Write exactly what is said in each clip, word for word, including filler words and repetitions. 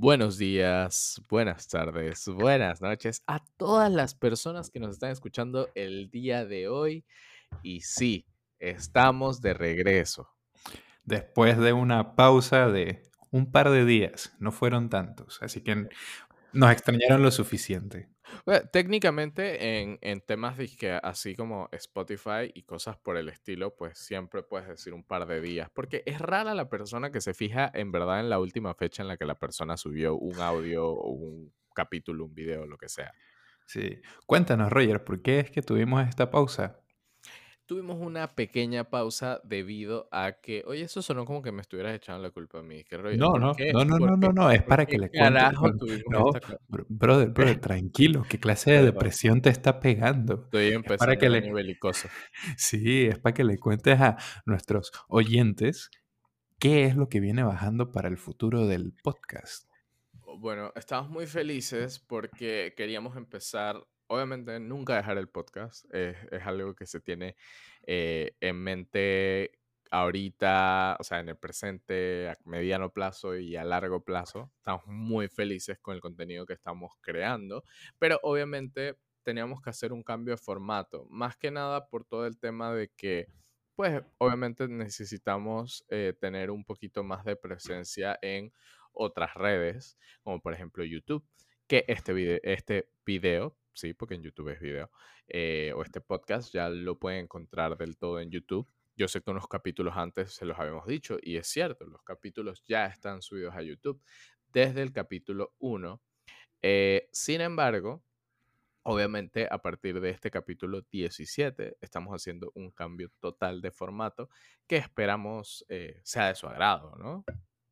Buenos días, buenas tardes, buenas noches a todas las personas que nos están escuchando el día de hoy. Y sí, estamos de regreso. Después de una pausa de un par de días, no fueron tantos, así que nos extrañaron lo suficiente. Bueno, técnicamente en, en temas de que así como Spotify y cosas por el estilo, pues siempre puedes decir un par de días, porque es rara la persona que se fija en verdad en la última fecha en la que la persona subió un audio o un capítulo, un video, lo que sea. Sí. Cuéntanos, Roger, ¿por qué es que tuvimos esta pausa? Tuvimos una pequeña pausa debido a que, oye, eso sonó como que me estuvieras echando la culpa a mí. ¿Qué rollo? No, ¿Por no, qué? no, no, ¿Por no, no, qué? no, es ¿Por para que qué le cuentes. carajo No, tuvimos no, esta... ca- bro- brother, brother, tranquilo, ¿qué clase de Perdón, depresión te está pegando? estoy Es para empezando que el año le, belicoso. sí, es para que le cuentes a nuestros oyentes qué es lo que viene bajando para el futuro del podcast. Bueno, estamos muy felices porque queríamos empezar, obviamente nunca dejar el podcast, es, es algo que se tiene eh, en mente ahorita, o sea, en el presente, a mediano plazo y a largo plazo. Estamos muy felices con el contenido que estamos creando, pero obviamente teníamos que hacer un cambio de formato, más que nada por todo el tema de que, pues, obviamente necesitamos eh, tener un poquito más de presencia en otras redes como por ejemplo YouTube, que este video, este video sí, porque en YouTube es video, eh, o este podcast ya lo pueden encontrar del todo en YouTube. Yo sé que unos capítulos antes se los habíamos dicho y es cierto, los capítulos ya están subidos a YouTube desde el capítulo uno. Eh, sin embargo, obviamente a partir de este capítulo diecisiete estamos haciendo un cambio total de formato que esperamos eh, sea de su agrado, ¿no?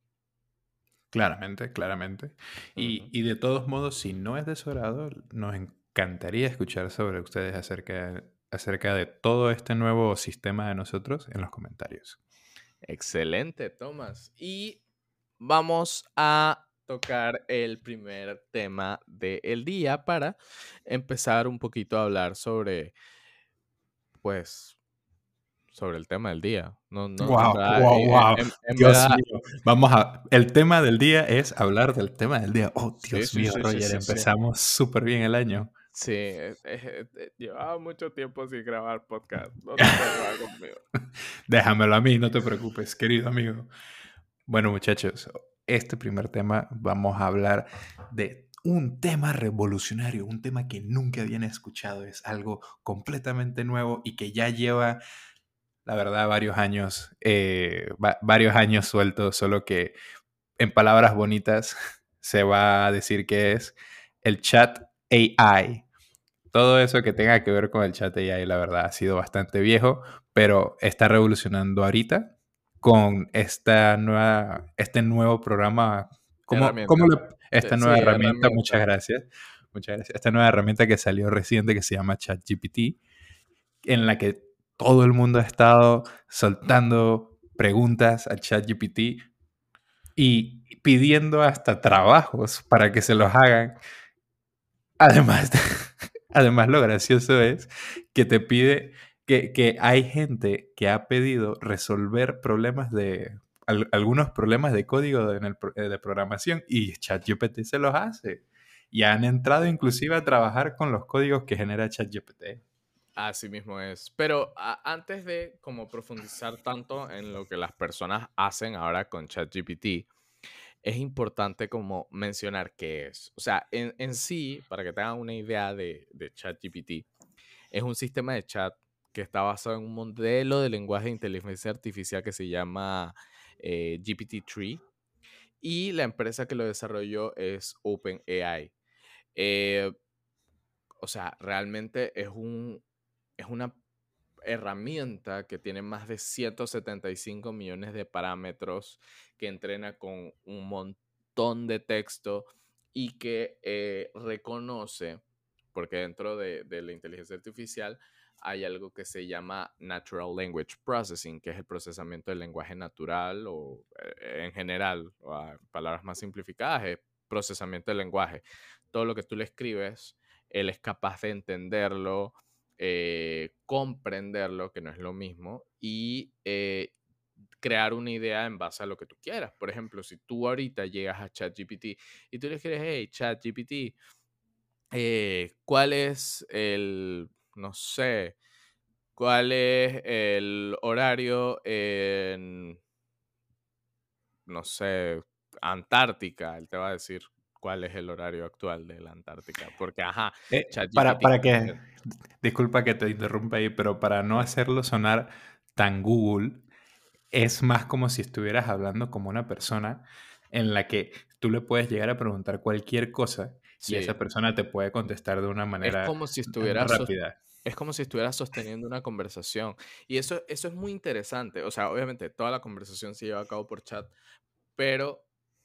Claramente, claramente. Y, Ujú. y de todos modos, si no es de su agrado, nos encantaría escuchar sobre ustedes acerca, acerca de todo este nuevo sistema de nosotros en los comentarios. Excelente, Tomás. Y vamos a tocar el primer tema del día para empezar un poquito a hablar sobre, pues, sobre el tema del día. No, no, en Wow, verdad, wow, en, wow. en- en Dios verdad, mío. Vamos a. El tema del día es hablar del tema del día. Oh, sí, Dios sí, mío, sí, sí, Roger, sí, sí. empezamos súper bien el año. Sí, eh, eh, eh, llevaba mucho tiempo sin grabar podcast. No te puedes grabar conmigo. Déjamelo a mí, no te preocupes, querido amigo. Bueno, muchachos, este primer tema vamos a hablar de un tema revolucionario, un tema que nunca habían escuchado, es algo completamente nuevo y que ya lleva, la verdad, varios años, eh, va- varios años sueltos, solo que en palabras bonitas se va a decir que es el chat A I. Todo eso que tenga que ver con el chat A I, la verdad, ha sido bastante viejo, pero está revolucionando ahorita con esta nueva, este nuevo programa. ¿Cómo, cómo Herramienta. le- Eh, esta Sí, nueva herramienta? Muchas herramienta. gracias. Muchas gracias. Esta nueva herramienta que salió reciente que se llama ChatGPT, en la que todo el mundo ha estado soltando preguntas a ChatGPT y pidiendo hasta trabajos para que se los hagan. Además, además lo gracioso es que te pide que, que hay gente que ha pedido resolver problemas de al- algunos problemas de código en el pro- eh, de programación y ChatGPT se los hace. Y han entrado inclusive a trabajar con los códigos que genera ChatGPT. Así mismo es. Pero a- antes de como profundizar tanto en lo que las personas hacen ahora con ChatGPT, es importante como mencionar qué es. O sea, en, en sí, para que tengan una idea de, de ChatGPT, es un sistema de chat que está basado en un modelo de lenguaje de inteligencia artificial que se llama eh, G P T tres y la empresa que lo desarrolló es OpenAI. Eh, o sea, realmente es un, es una herramienta que tiene más de ciento setenta y cinco millones de parámetros, que entrena con un montón de texto y que eh, reconoce, porque dentro de, de la inteligencia artificial hay algo que se llama Natural Language Processing, que es el procesamiento del lenguaje natural o eh, en general, o a palabras más simplificadas, es procesamiento del lenguaje. Todo lo que tú le escribes, él es capaz de entenderlo, eh, comprenderlo, que no es lo mismo, y eh, crear una idea en base a lo que tú quieras. Por ejemplo, si tú ahorita llegas a ChatGPT y tú le quieres, hey, ChatGPT, eh, ¿cuál es el, no sé, cuál es el horario en, no sé, Antártica? Él te va a decir cuál es el horario actual de la Antártica. Porque, ajá, Eh, para, ChatGPT para como que, que... disculpa que te interrumpa ahí, pero para no Sí, hacerlo sonar tan Google, es más como si estuvieras hablando como una persona en la que tú le puedes llegar a preguntar cualquier cosa y esa sí. persona te puede contestar de una Es manera como si estuvieras sos- rápida. es como si estuvieras sosteniendo una conversación. Y eso, eso es muy interesante. O sea, obviamente toda la conversación se lleva a cabo por chat, pero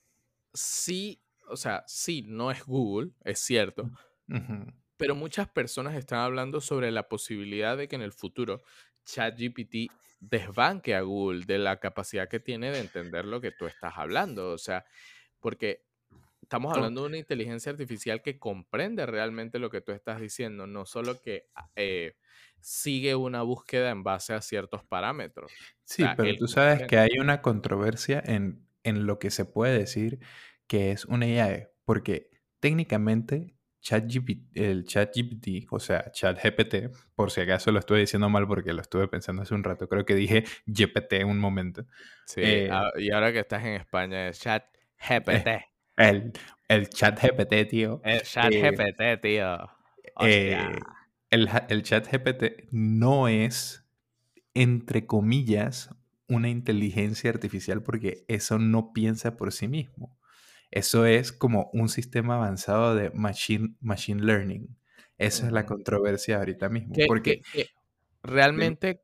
sí, o sea, sí, no es Google, es cierto, Ujú. pero muchas personas están hablando sobre la posibilidad de que en el futuro ChatGPT desbanque a Google de la capacidad que tiene de entender lo que tú estás hablando. O sea, porque estamos Oh, hablando de una inteligencia artificial que comprende realmente lo que tú estás diciendo, no solo que ah, eh, sigue una búsqueda en base a ciertos parámetros. O sí, sea, pero él tú sabes que comprende. hay una controversia en, en lo que se puede decir que es una I A, porque técnicamente ChatGPT, el ChatGPT, o sea, ChatGPT, por si acaso lo estoy diciendo mal porque lo estuve pensando hace un rato, creo que dije G P T un momento. Sí, Eh, ah, y ahora que estás en España es chat eh, G P T. el, el ChatGPT, tío, El chat eh, G P T, tío. Hostia. eh, el, ja- el ChatGPT no es entre comillas, una inteligencia artificial porque eso no piensa por sí mismo. Eso es como un sistema avanzado de machine, machine learning. Esa es la Ujú. controversia ahorita mismo. Que, Porque, que, que dime, realmente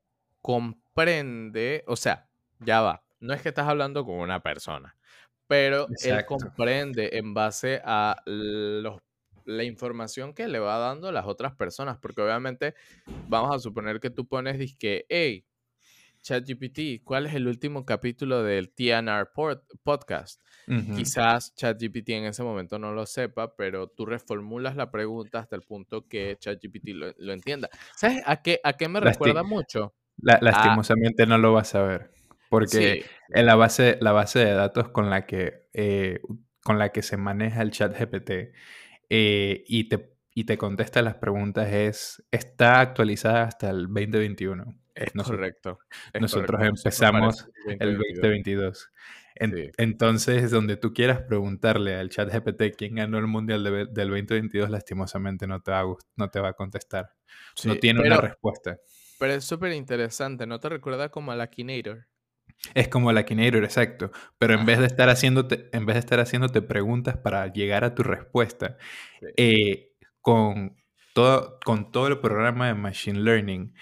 comprende, o sea, ya va, no es que estás hablando con una persona, pero él exacto. comprende en base a los, la información que le va dando las otras personas, porque obviamente vamos a suponer que tú pones, dizque, hey, ChatGPT, ¿cuál es el último capítulo del T N R pod- podcast? Ujú. Quizás ChatGPT en ese momento no lo sepa, pero tú reformulas la pregunta hasta el punto que ChatGPT lo, lo entienda. ¿Sabes a qué, a qué me recuerda Lasti- mucho? la- A, lastimosamente no lo vas a ver. Porque sí, en la base, la base de datos con la que, eh, con la que se maneja el chat G P T eh, y, te, y te contesta las preguntas es, está actualizada hasta el dos mil veintiuno. es Nosotros, correcto, es nosotros correcto. Nosotros parece empezamos que es el dos mil veintidós. dos mil veintidós. En- Sí, entonces, donde tú quieras preguntarle al chat G P T quién ganó el mundial de- del dos mil veintidós, lastimosamente no te va a, gust- no te va a contestar. No sí, tiene una pero, respuesta. pero es súper interesante, ¿no te recuerda como a la Akinator? Es como la Akinator, exacto. Pero en vez de Ajá, estar haciéndote, en vez de estar haciéndote preguntas para llegar a tu respuesta, sí, eh, con todo, con todo el programa de Machine Learning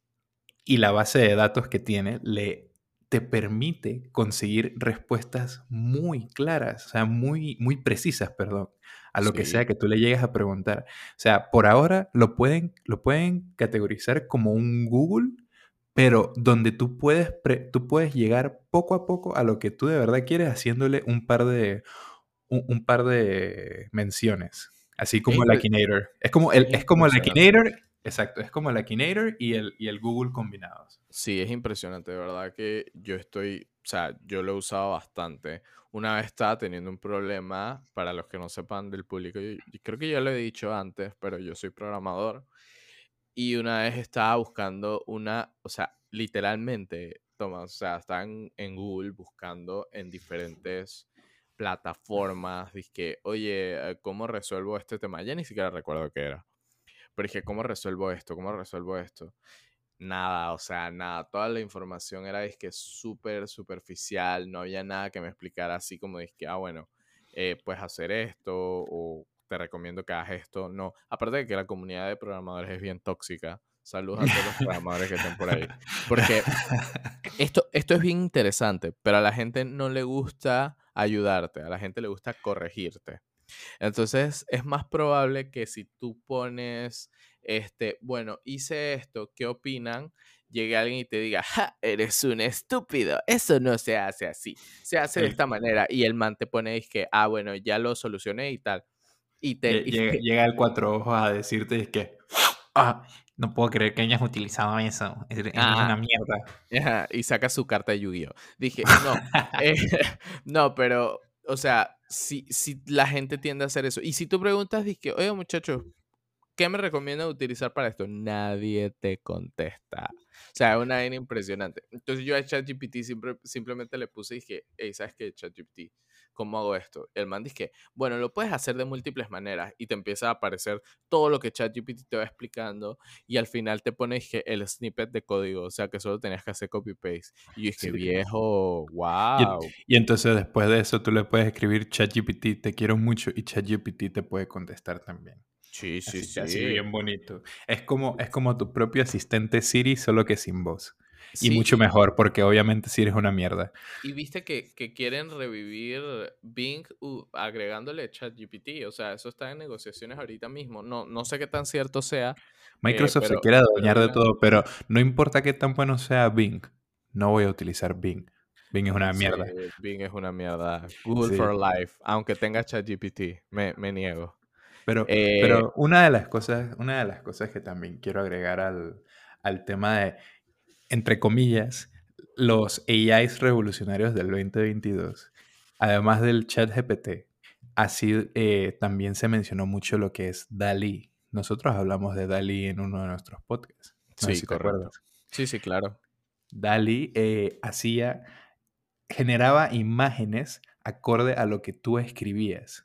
y la base de datos que tiene, le, te permite conseguir respuestas muy claras, o sea, muy, muy precisas, perdón, a lo que sea sí. que tú le llegues a preguntar. O sea, por ahora lo pueden, lo pueden categorizar como un Google, pero donde tú puedes, pre- tú puedes llegar poco a poco a lo que tú de verdad quieres haciéndole un par de, un, un par de menciones, así Es, como el impre- Akinator. Es como el, es es como el impresionante. Akinator, exacto, es como el Akinator y el, y el Google combinados. Sí, es impresionante, de verdad que yo estoy, o sea, yo lo he usado bastante. Una vez estaba teniendo un problema, para los que no sepan del público, yo, yo creo que ya lo he dicho antes, pero yo soy programador y una vez estaba buscando una, o sea, literalmente, toma, o sea, estaba en, en Google buscando en diferentes plataformas, dije, oye, eh, ¿cómo resuelvo este tema? Ya ni siquiera recuerdo qué era, pero dije, ¿cómo resuelvo esto? ¿Cómo resuelvo esto? Nada, o sea, nada, toda la información era que súper superficial, no había nada que me explicara así como que, ah, bueno, eh, puedes hacer esto o te recomiendo que hagas esto. No, aparte de que la comunidad de programadores es bien tóxica. Saludos a todos los programadores que estén por ahí. Porque esto, esto es bien interesante, pero a la gente no le gusta ayudarte, a la gente le gusta corregirte. Entonces es más probable que si tú pones, este, bueno, hice esto, ¿qué opinan? Llegue alguien y te diga, ja, eres un estúpido, eso no se hace así, se hace de El- esta manera. Y el man te pone, es que, ah, bueno, ya lo solucioné y tal. Y te, lle- y llega, te- llega el cuatro ojos a decirte es que, Ah, no puedo creer que hayas utilizado eso. Es, es Ah, una mierda. ajá, y saca su carta de Yu-Gi-Oh! Dije, no, eh, no, pero, o sea, si, si la gente tiende a hacer eso, y si tú preguntas, dije, oye, muchachos, ¿qué me recomiendan utilizar para esto? Nadie te contesta. O sea, es una vaina impresionante. Entonces yo a ChatGPT siempre, simplemente le puse y dije, hey, ¿sabes qué, ChatGPT? ¿Cómo hago esto? El man dice, bueno, lo puedes hacer de múltiples maneras y te empieza a aparecer todo lo que ChatGPT te va explicando y al final te pone dije, el snippet de código, o sea que solo tenías que hacer copy-paste. Y yo dije, Sí. viejo, Y, wow. y entonces después de eso tú le puedes escribir ChatGPT, te quiero mucho, y ChatGPT te puede contestar también. Sí, sí, Así, así sí. bien bonito. Es como, es como tu propio asistente Siri, solo que sin voz. Y mucho Sí, mejor, porque obviamente Siri es una mierda. y viste que, que quieren revivir Bing uh, agregándole ChatGPT. O sea, eso está en negociaciones ahorita mismo. No, no sé qué tan cierto sea, eh, Microsoft se pero, quiere pero adueñar de iban. todo, pero no importa qué tan bueno sea Bing, no voy a utilizar Bing. Bing es una Sí, mierda. Bing es una mierda. Google Sí. for Life, aunque tenga ChatGPT, me, me niego. Pero, Eh, pero una de las cosas, una de las cosas que también quiero agregar al, al tema de, entre comillas, los A Is revolucionarios del veinte veintidós, además del chat G P T, así eh, también se mencionó mucho lo que es DALL-E. Nosotros hablamos de DALL-E en uno de nuestros podcasts. No sé sí, si te correcto. acuerdas. Sí, sí, claro. DALL-E eh, hacía, generaba imágenes acorde a lo que tú escribías.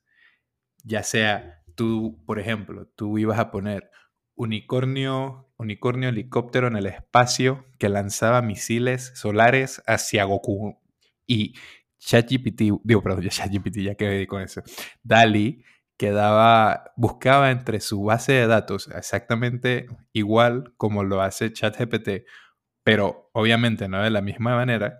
Ya sea tú, por ejemplo, tú ibas a poner unicornio, unicornio helicóptero en el espacio que lanzaba misiles solares hacia Goku. Y ChatGPT, digo, perdón, ya ChatGPT, ya que con eso. DALL-E quedaba, buscaba entre su base de datos exactamente igual como lo hace ChatGPT, pero obviamente no de la misma manera.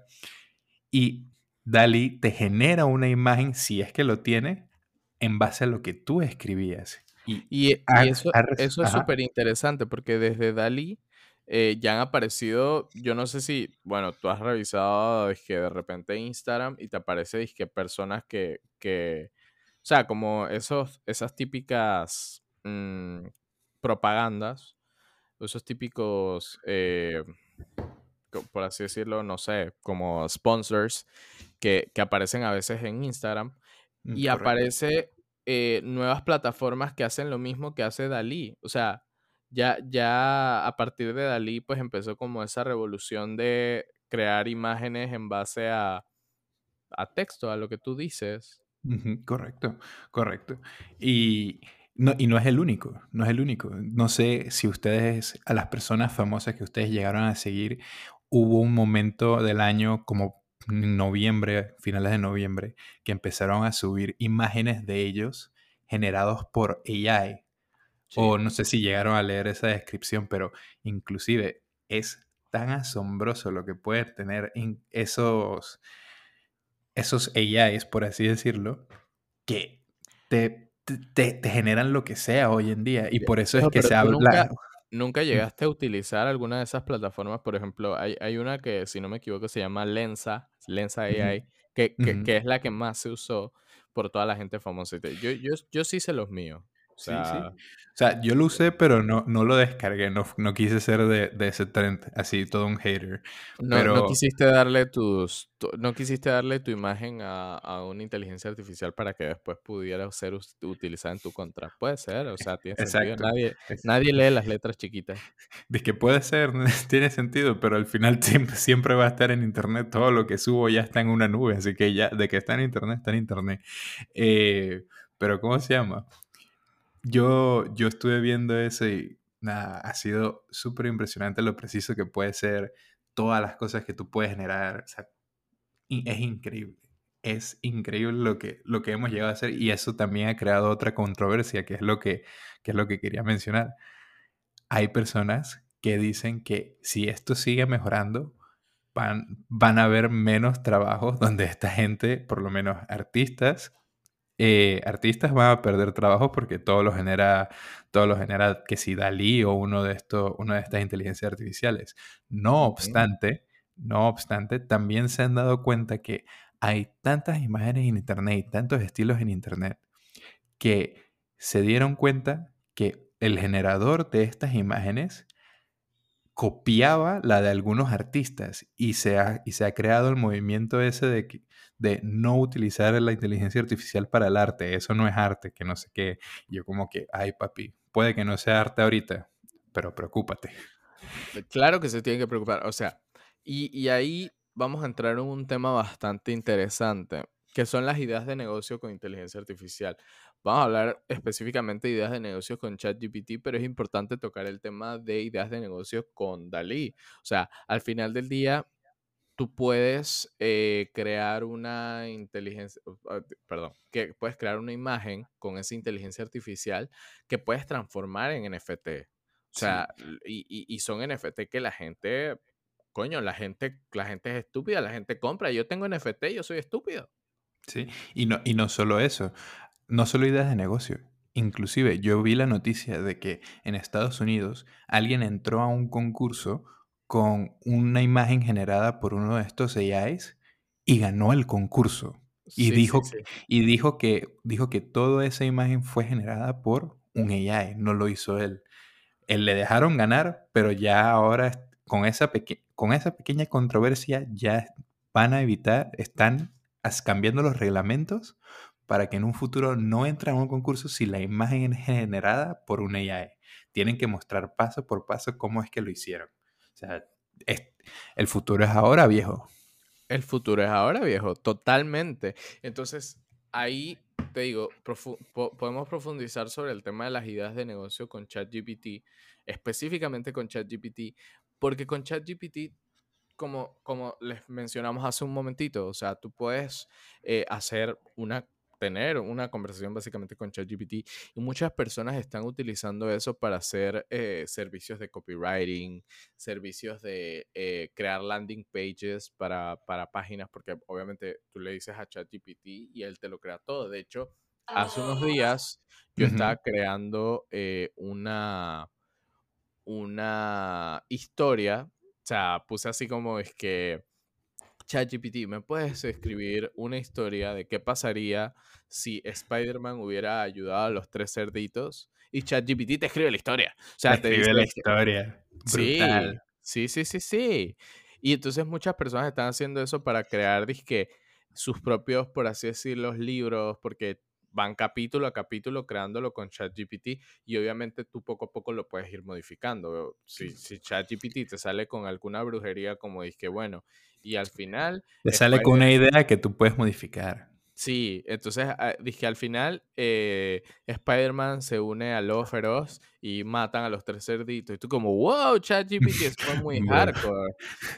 Y DALL-E te genera una imagen, si es que lo tiene, en base a lo que tú escribías. Y, Y, y ha- eso, ha res- eso es ajá, súper interesante porque desde Dalí eh, ya han aparecido, yo no sé si, bueno, tú has revisado que de repente Instagram y te aparece dizque, personas que, que, o sea, como esos, esas típicas mm, propagandas, esos típicos, eh, co- por así decirlo, no sé, como sponsors que, que aparecen a veces en Instagram mm, y correcto. aparece eh, nuevas plataformas que hacen lo mismo que hace Dalí. O sea, ya, ya a partir de Dalí, pues empezó como esa revolución de crear imágenes en base a, a texto, a lo que tú dices. Ujú, correcto, correcto. Y no, y no es el único, no es el único. No sé si ustedes, a las personas famosas que ustedes llegaron a seguir, hubo un momento del año como noviembre, finales de noviembre, que empezaron a subir imágenes de ellos generados por A I. O Sí. no sé si llegaron a leer esa descripción, pero inclusive es tan asombroso lo que pueden tener en esos, esos A Is, por así decirlo, que te, te, te generan lo que sea hoy en día. Y Ya. por eso es Viejo, que pero se tú habla... nunca, nunca llegaste a utilizar alguna de esas plataformas. Por ejemplo, hay, hay una que, si no me equivoco, se llama Lensa, Lensa Ujú, A I, que, que, ujú. que es la que más se usó por toda la gente famosa. Y te- Yo, yo, yo sí sé los míos. O Sí, sí. sea, O sea, yo lo usé, pero no, no lo descargué. No, no quise ser de, de ese trend, así todo un hater. no, no Pero quisiste darle tus, tu- no quisiste darle tu imagen a, a una inteligencia artificial para que después pudiera ser us- utilizada en tu contra. Puede ser, o sea, tiene sentido. exacto. Nadie, nadie lee las letras chiquitas. De que puede ser, tiene sentido, pero al final siempre, siempre va a estar en internet. Todo lo que subo ya está en una nube, así que ya de que está en internet, está en internet. Eh, pero ¿cómo se llama? Yo, yo estuve viendo eso y nada, ha sido súper impresionante lo preciso que puede ser, todas las cosas que tú puedes generar. O sea, y es increíble. Es increíble lo que, lo que hemos llegado a hacer y eso también ha creado otra controversia, que es lo que, que es lo que quería mencionar. Hay personas que dicen que si esto sigue mejorando, van, van a haber menos trabajos donde esta gente, por lo menos artistas, eh, artistas van a perder trabajo porque todo lo genera, todo lo genera que si Dalí o uno de estos, una de estas inteligencias artificiales. No Ujú. obstante, no obstante, también se han dado cuenta que hay tantas imágenes en internet y tantos estilos en internet que se dieron cuenta que el generador de estas imágenes copiaba la de algunos artistas y se ha, y se ha creado el movimiento ese de, que- de no utilizar la inteligencia artificial para el arte. Eso no es arte, que no sé qué. Y yo como que, ay papi, puede que no sea arte ahorita, pero preocúpate. Eh, Claro que se tienen que preocupar. O sea, y, y ahí vamos a entrar en un tema bastante interesante, que son las ideas de negocio con inteligencia artificial. Vamos a hablar específicamente de ideas de negocio con ChatGPT, pero es importante tocar el tema de ideas de negocio con Dalí. O sea, al final del día, tú puedes eh, crear una inteligencia, uh, uh, perdón, que puedes crear una imagen con esa inteligencia artificial que puedes transformar en N F T. O Sí, sea, l- y, y- y son N F T que la gente, coño, la gente, la gente es estúpida, la gente compra. Yo tengo N F T, yo soy estúpido. sí. Y no, y no solo eso, no solo ideas de negocio. Inclusive yo vi la noticia de que en Estados Unidos alguien entró a un concurso con una imagen generada por uno de estos A Is y ganó el concurso. Y Sí, sí, dijo, sí. y dijo que, dijo que toda esa imagen fue generada por un A I, no lo hizo él. Él le dejaron ganar, pero ya ahora es- con esa, peque- con esa pequeña controversia ya van a evitar, están as- cambiando los reglamentos para que en un futuro no entren a un concurso si la imagen es generada por un A I. Tienen que mostrar paso por paso cómo es que lo hicieron. O sea, es- el futuro es ahora, viejo. El futuro es ahora, viejo, totalmente. Entonces, ahí te digo, profu- po- podemos profundizar sobre el tema de las ideas de negocio con ChatGPT, específicamente con ChatGPT, porque con ChatGPT, como, como les mencionamos hace un momentito, o sea, tú puedes eh, hacer una, tener una conversación básicamente con ChatGPT y muchas personas están utilizando eso para hacer eh, servicios de copywriting, servicios de eh, crear landing pages para, para páginas, porque obviamente tú le dices a ChatGPT y él te lo crea todo. De hecho, hace unos días yo Ujú. estaba creando eh, una una historia, o sea, puse así como es que, ChatGPT, ¿me puedes escribir una historia de qué pasaría si Spider-Man hubiera ayudado a los tres cerditos? Y ChatGPT te escribe la historia. O Te sea, te escribe dice, la que- historia. sí, Brutal. sí, sí, sí, sí. Y entonces muchas personas están haciendo eso para crear, dizque, sus propios, por así decirlo, libros, porque van capítulo a capítulo creándolo con ChatGPT y obviamente tú poco a poco lo puedes ir modificando. Si, si ChatGPT te sale con alguna brujería como dije, bueno, y al final Te sale con Spider, una idea que tú puedes modificar. sí, entonces ah, dije al final eh, Spider-Man se une al lobo feroz y matan a los tres cerditos. Y tú como, wow, ChatGPT, eso fue muy Bro. hardcore.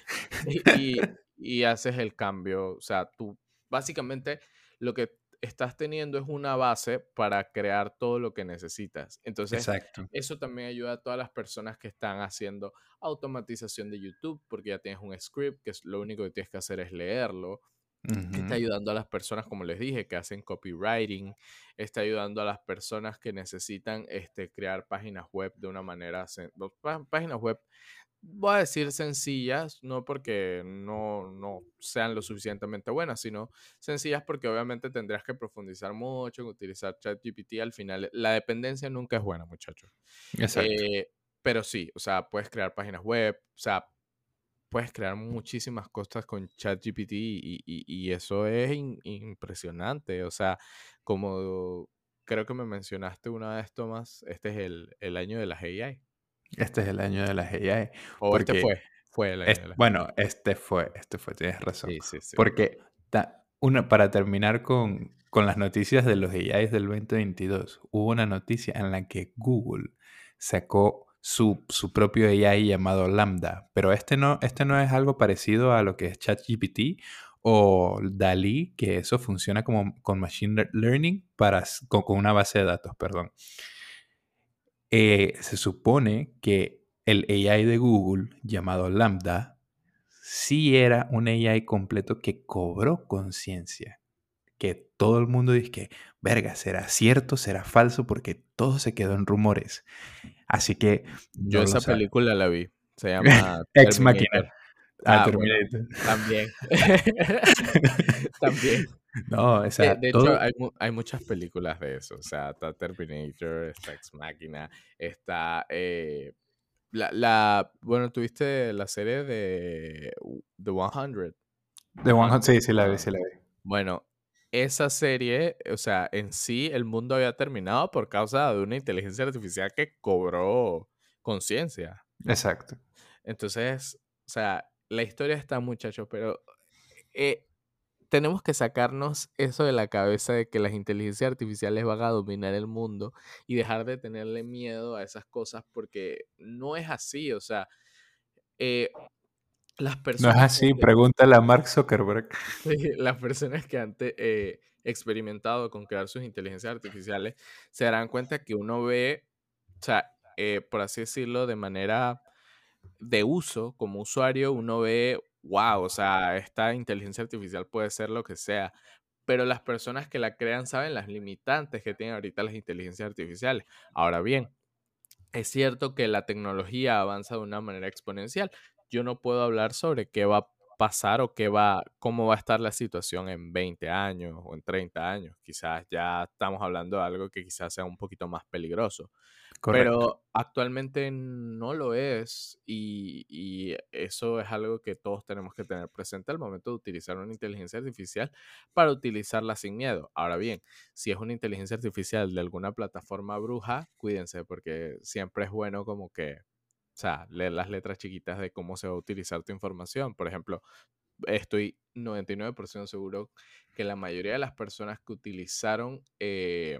Y, y, y haces el cambio. O sea, tú básicamente lo que estás teniendo es una base para crear todo lo que necesitas. Entonces, Exacto. eso también ayuda a todas las personas que están haciendo automatización de YouTube, porque ya tienes un script, que es lo único que tienes que hacer es leerlo. Está Ujú. ayudando a las personas, como les dije, que hacen copywriting. Está ayudando a las personas que necesitan este, crear páginas web de una manera, sen- pá- páginas web, voy a decir sencillas, no porque no, no sean lo suficientemente buenas, sino sencillas porque obviamente tendrías que profundizar mucho en utilizar ChatGPT. Al final, la dependencia nunca es buena, muchachos. Exacto. Eh, pero sí, o sea, puedes crear páginas web, o sea, puedes crear muchísimas cosas con ChatGPT y, y, y eso es in- impresionante. O sea, como creo que me mencionaste una vez, Tomás, este es el, el año de las A I. Este es el año de las A I. O este Porque, fue, fue el año es- de las A I. bueno, este fue, este fue, tienes razón. Sí, sí, sí. Porque ta- una, para terminar con, con las noticias de los A Is del dos mil veintidós, hubo una noticia en la que Google sacó su, su propio A I llamado Lambda. Pero este no, este no es algo parecido a lo que es ChatGPT o DALI, que eso funciona como con Machine lear- Learning para, s- con con una base de datos, perdón. Eh, se supone que el A I de Google, llamado Lambda, sí era un A I completo que cobró conciencia. Que todo el mundo dice que, verga, ¿será cierto? ¿Será falso? Porque todo se quedó en rumores. Así que Yo no lo esa sabe. película la vi. Se llama Ex Terminator. Máquina. Al Ah, bueno, Terminator. también. También. No, o De, sea, de hecho, todo. hay, mu- hay muchas películas de eso. O sea, está Terminator, está Ex Machina, está eh, la, la, bueno, tuviste la serie de The cien, De One Hot, cien, sí, sí la vi, ah, sí la vi. bueno, esa serie, o sea, en sí el mundo había terminado por causa de una inteligencia artificial que cobró conciencia. Exacto. Entonces, o sea, la historia está, muchachos, pero eh, tenemos que sacarnos eso de la cabeza de que las inteligencias artificiales van a dominar el mundo y dejar de tenerle miedo a esas cosas porque no es así. O sea, eh, las No es personas que así, antes, pregúntale a Mark Zuckerberg. las personas que antes eh, experimentado con crear sus inteligencias artificiales se darán cuenta que uno ve, o sea, eh, por así decirlo, de manera de uso, como usuario, uno ve, wow, o sea, esta inteligencia artificial puede ser lo que sea, pero las personas que la crean saben las limitantes que tienen ahorita las inteligencias artificiales. Ahora bien, es cierto que la tecnología avanza de una manera exponencial. Yo no puedo hablar sobre qué va a pasar o qué va, cómo va a estar la situación en veinte años o en treinta años. Quizás ya estamos hablando de algo que quizás sea un poquito más peligroso. Correcto. Pero actualmente no lo es y, y eso es algo que todos tenemos que tener presente al momento de utilizar una inteligencia artificial para utilizarla sin miedo. Ahora bien, si es una inteligencia artificial de alguna plataforma bruja, cuídense porque siempre es bueno como que, o sea, leer las letras chiquitas de cómo se va a utilizar tu información. Por ejemplo, estoy noventa y nueve por ciento seguro que la mayoría de las personas que utilizaron... eh,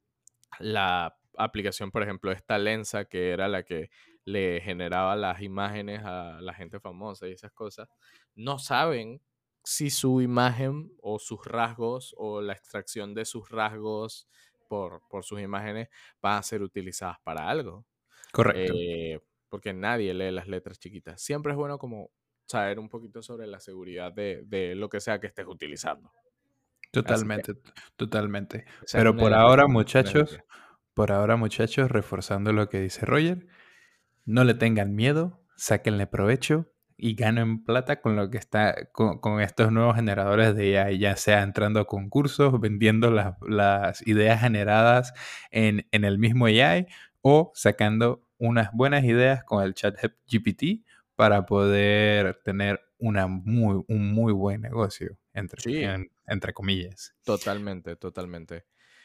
la aplicación, por ejemplo, esta Lensa, que era la que le generaba las imágenes a la gente famosa y esas cosas, no saben si su imagen o sus rasgos o la extracción de sus rasgos por, por sus imágenes van a ser utilizadas para algo. Correcto. Eh, porque nadie lee las letras chiquitas. Siempre es bueno como saber un poquito sobre la seguridad de, de lo que sea que estés utilizando. Así que Totalmente, totalmente. esa es Pero una de por las ahora, recomendaciones del muchachos, día. por ahora, muchachos, reforzando lo que dice Roger, no le tengan miedo, sáquenle provecho y ganen plata con lo que está, con, con estos nuevos generadores de A I, ya sea entrando a concursos, vendiendo las, las ideas generadas en, en el mismo A I o sacando unas buenas ideas con el chat G P T para poder tener una muy, un muy buen negocio, entre, Sí, en- entre comillas. totalmente, totalmente.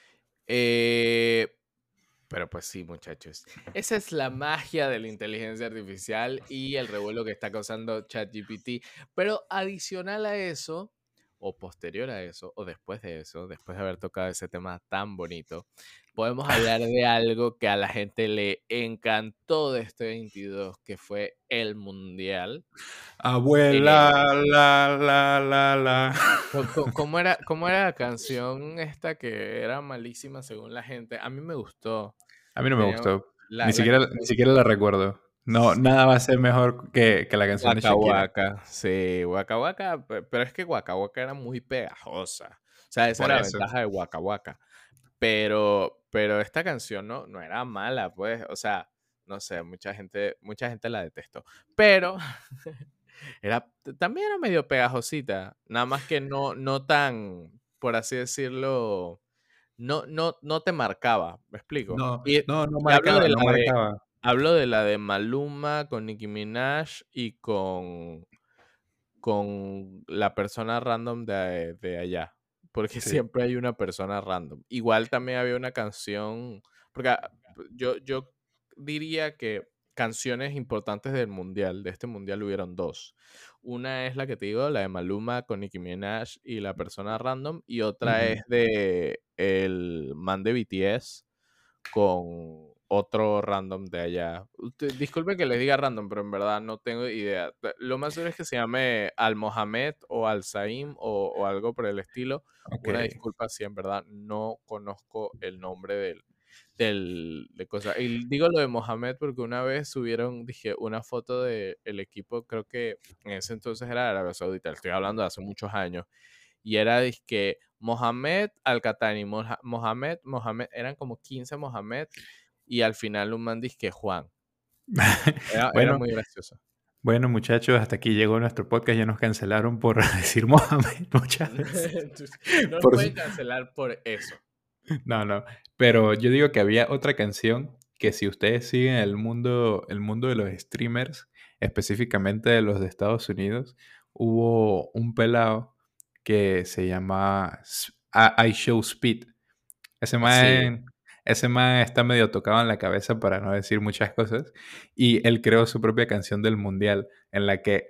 Eh, pero pues sí, muchachos. Esa es la magia de la inteligencia artificial y el revuelo que está causando ChatGPT. Pero adicional a eso, o posterior a eso, o después de eso, después de haber tocado ese tema tan bonito, podemos hablar de algo que a la gente le encantó de este veintidós, que fue el Mundial. Eh, Abuela, la, la, la, la. Co- co- ¿Cómo era, cómo era la canción esta que era malísima según la gente? A mí me gustó. A mí no me Tenía gustó. la, Ni la siquiera, ni canción, siquiera la recuerdo. No, sí, nada va a ser mejor que, que la canción de Waka Shakira. Waka, sí, Waka Waka, pe- pero es que Waka Waka era muy pegajosa. O sea, esa Por era la eso. ventaja de Waka Waka. Pero, pero esta canción no, no era mala, pues, o sea, no sé, mucha gente, mucha gente la detestó. Pero era, también era medio pegajosita, nada más que no, no tan, por así decirlo, no, no, no te marcaba, ¿me explico? No, Y, no, no y hablo marcaba, de no la de, marcaba. hablo de la de Maluma con Nicki Minaj y con, con la persona random de, de allá, porque Sí. siempre hay una persona random. Igual también había una canción, porque ah, yo, yo diría que canciones importantes del mundial, de este mundial hubieron dos. Una es la que te digo, la de Maluma con Nicki Minaj y la persona random, y otra Ujú. es de el man de B T S con otro random de allá. Usted- disculpe que les diga random, pero en verdad no tengo idea. Te- Lo más seguro es que se llame Al Mohamed o Al Saim o, o algo por el estilo. Ok. Una disculpa si en verdad no conozco el nombre del, del de cosa. Y digo lo de Mohamed porque una vez subieron, dije, una foto del equipo, creo que en ese entonces era de Arabia Saudita, estoy hablando de hace muchos años, y era que Mohamed Al-Qatani, Moja- Mohamed, Mohamed, eran como quince Mohamed y al final un man que Juan. Era, era Bueno, muy gracioso. Bueno, muchachos, hasta aquí llegó nuestro podcast. Ya nos cancelaron por decir Mohamed muchas veces. Entonces, no nos Por... pueden cancelar por eso. No, no. Pero yo digo que había otra canción que si ustedes siguen el mundo, el mundo de los streamers, específicamente de los de Estados Unidos, hubo un pelado que se llama S- I I Show Speed. Ese Sí, man, ese man está medio tocado en la cabeza para no decir muchas cosas. Y él creó su propia canción del mundial en la que,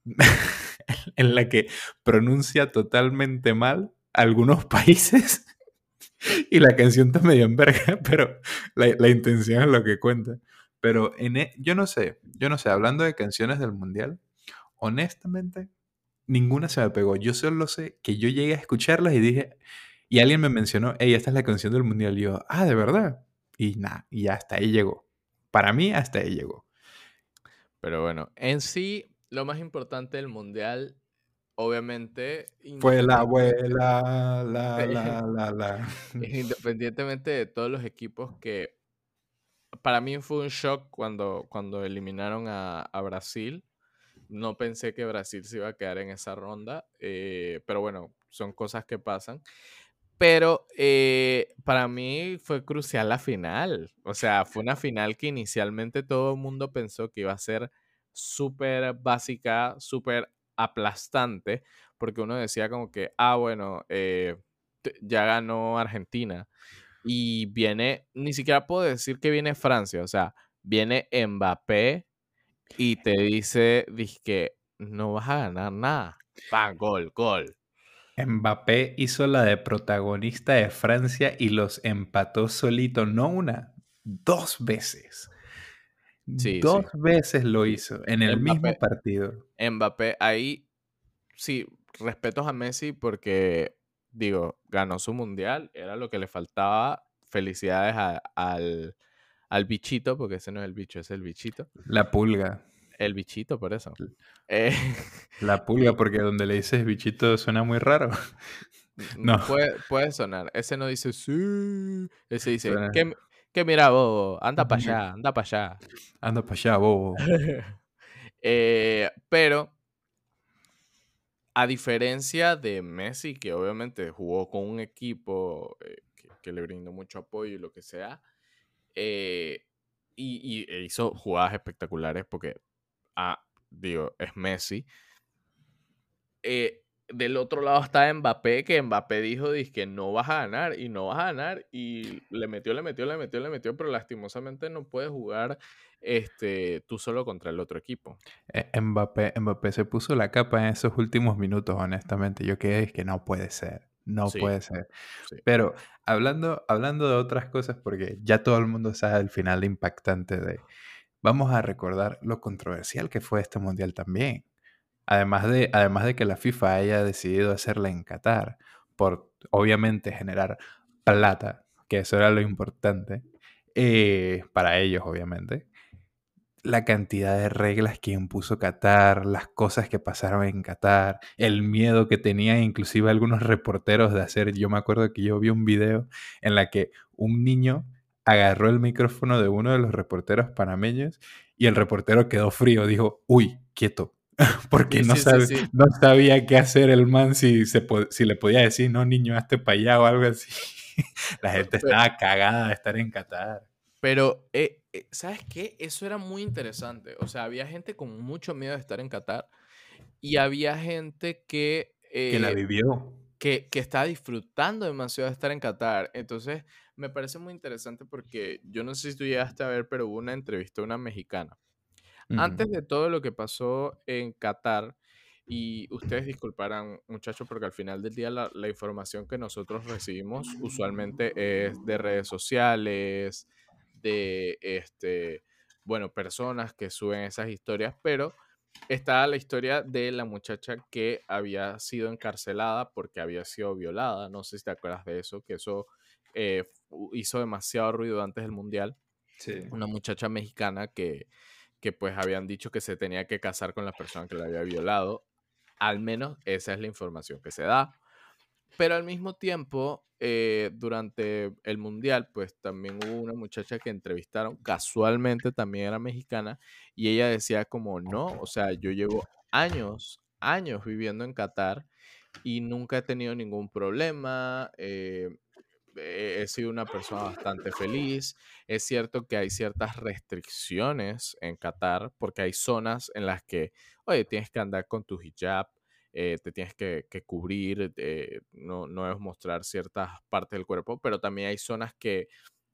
en la que pronuncia totalmente mal algunos países. Y la canción está medio en verga, pero la, la intención es lo que cuenta. Pero en e- yo no sé, yo no sé, hablando de canciones del mundial, honestamente, ninguna se me pegó. Yo solo sé que yo llegué a escucharlas y dije, y alguien me mencionó, hey, esta es la canción del mundial. Y yo, ah, ¿de verdad? Y nada, y hasta ahí llegó. Para mí, hasta ahí llegó. pero bueno, en sí, lo más importante del mundial, obviamente, Fue la independientemente, abuela, la, la, la, la. independientemente de todos los equipos que para mí fue un shock cuando, cuando eliminaron a, a Brasil. No pensé que Brasil se iba a quedar en esa ronda, eh, pero bueno, son cosas que pasan. Pero eh, para mí fue crucial la final. O sea, fue una final que inicialmente todo el mundo pensó que iba a ser súper básica, súper aplastante, porque uno decía como que, ah, bueno, eh, t- ya ganó Argentina. Y viene, ni siquiera puedo decir que viene Francia, o sea, viene Mbappé y te dice, que no vas a ganar nada. ¡Pam! Gol, gol. Mbappé hizo la de protagonista de Francia y los empató solito, no una, dos veces. Sí, Dos sí, veces lo sí. hizo en el mismo Mbappé, partido. Mbappé, ahí sí, respetos a Messi porque, digo, ganó su mundial, era lo que le faltaba. Felicidades a- al, al bichito, porque ese no es el bicho, es el bichito. La pulga. El bichito, por eso. Eh, La pulga, y porque donde le dices bichito suena muy raro. mm, No, puede, puede sonar. Ese no dice sí. Ese dice, suena. ¿qué, qué mira, bobo? Anda para allá, anda para allá. Anda para allá, bobo. Eh, pero a diferencia de Messi, que obviamente jugó con un equipo eh, que, que le brindó mucho apoyo y lo que sea, eh, y, y e hizo jugadas espectaculares porque, ah, digo, es Messi. eh, del otro lado está Mbappé, que Mbappé dijo que no vas a ganar y no vas a ganar y le metió, le metió, le metió, le metió, pero lastimosamente no puedes jugar este, tú solo contra el otro equipo. Eh, Mbappé, Mbappé se puso la capa en esos últimos minutos, honestamente. Yo quedé es que no puede ser, no Sí, puede ser. sí. Pero hablando, hablando de otras cosas, porque ya todo el mundo sabe el final impactante de... Vamos a recordar lo controversial que fue este mundial también. Además de, además de que la FIFA haya decidido hacerla en Qatar, por obviamente generar plata, que eso era lo importante, eh, para ellos obviamente, la cantidad de reglas que impuso Qatar, las cosas que pasaron en Qatar, el miedo que tenían inclusive algunos reporteros de hacer, yo me acuerdo que yo vi un video en la que un niño agarró el micrófono de uno de los reporteros panameños y el reportero quedó frío, dijo, uy, quieto, porque Sí, no, sí, sí, sabe, sí. no sabía qué hacer el man si, se po- si le podía decir, no, niño, hazte para allá o algo así. La gente Pe- estaba cagada de estar en Qatar. Pero, eh, eh, ¿sabes qué? Eso era muy interesante. O sea, había gente con mucho miedo de estar en Qatar y había gente que, Que la eh, vivió. que, que estaba disfrutando demasiado de estar en Qatar. Entonces, me parece muy interesante porque yo no sé si tú llegaste a ver, pero hubo una entrevista a una mexicana. Ujú. Antes de todo lo que pasó en Qatar, y ustedes disculparán, muchachos, porque al final del día la, la información que nosotros recibimos usualmente es de redes sociales, de este, bueno, personas que suben esas historias, pero está la historia de la muchacha que había sido encarcelada porque había sido violada. No sé si te acuerdas de eso, que eso eh, fu- hizo demasiado ruido antes del Mundial. Sí. Una muchacha mexicana que, que pues habían dicho que se tenía que casar con la persona que la había violado. Al menos esa es la información que se da. Pero al mismo tiempo, eh, durante el mundial, pues también hubo una muchacha que entrevistaron, casualmente también era mexicana, y ella decía como, no, o sea, yo llevo años, años viviendo en Qatar y nunca he tenido ningún problema. eh, he he sido una persona bastante feliz. Es cierto que hay ciertas restricciones en Qatar porque hay zonas en las que, oye, tienes que andar con tu hijab, eh, te tienes que, que cubrir, eh, no, no debes mostrar ciertas partes del cuerpo, pero también hay zonas que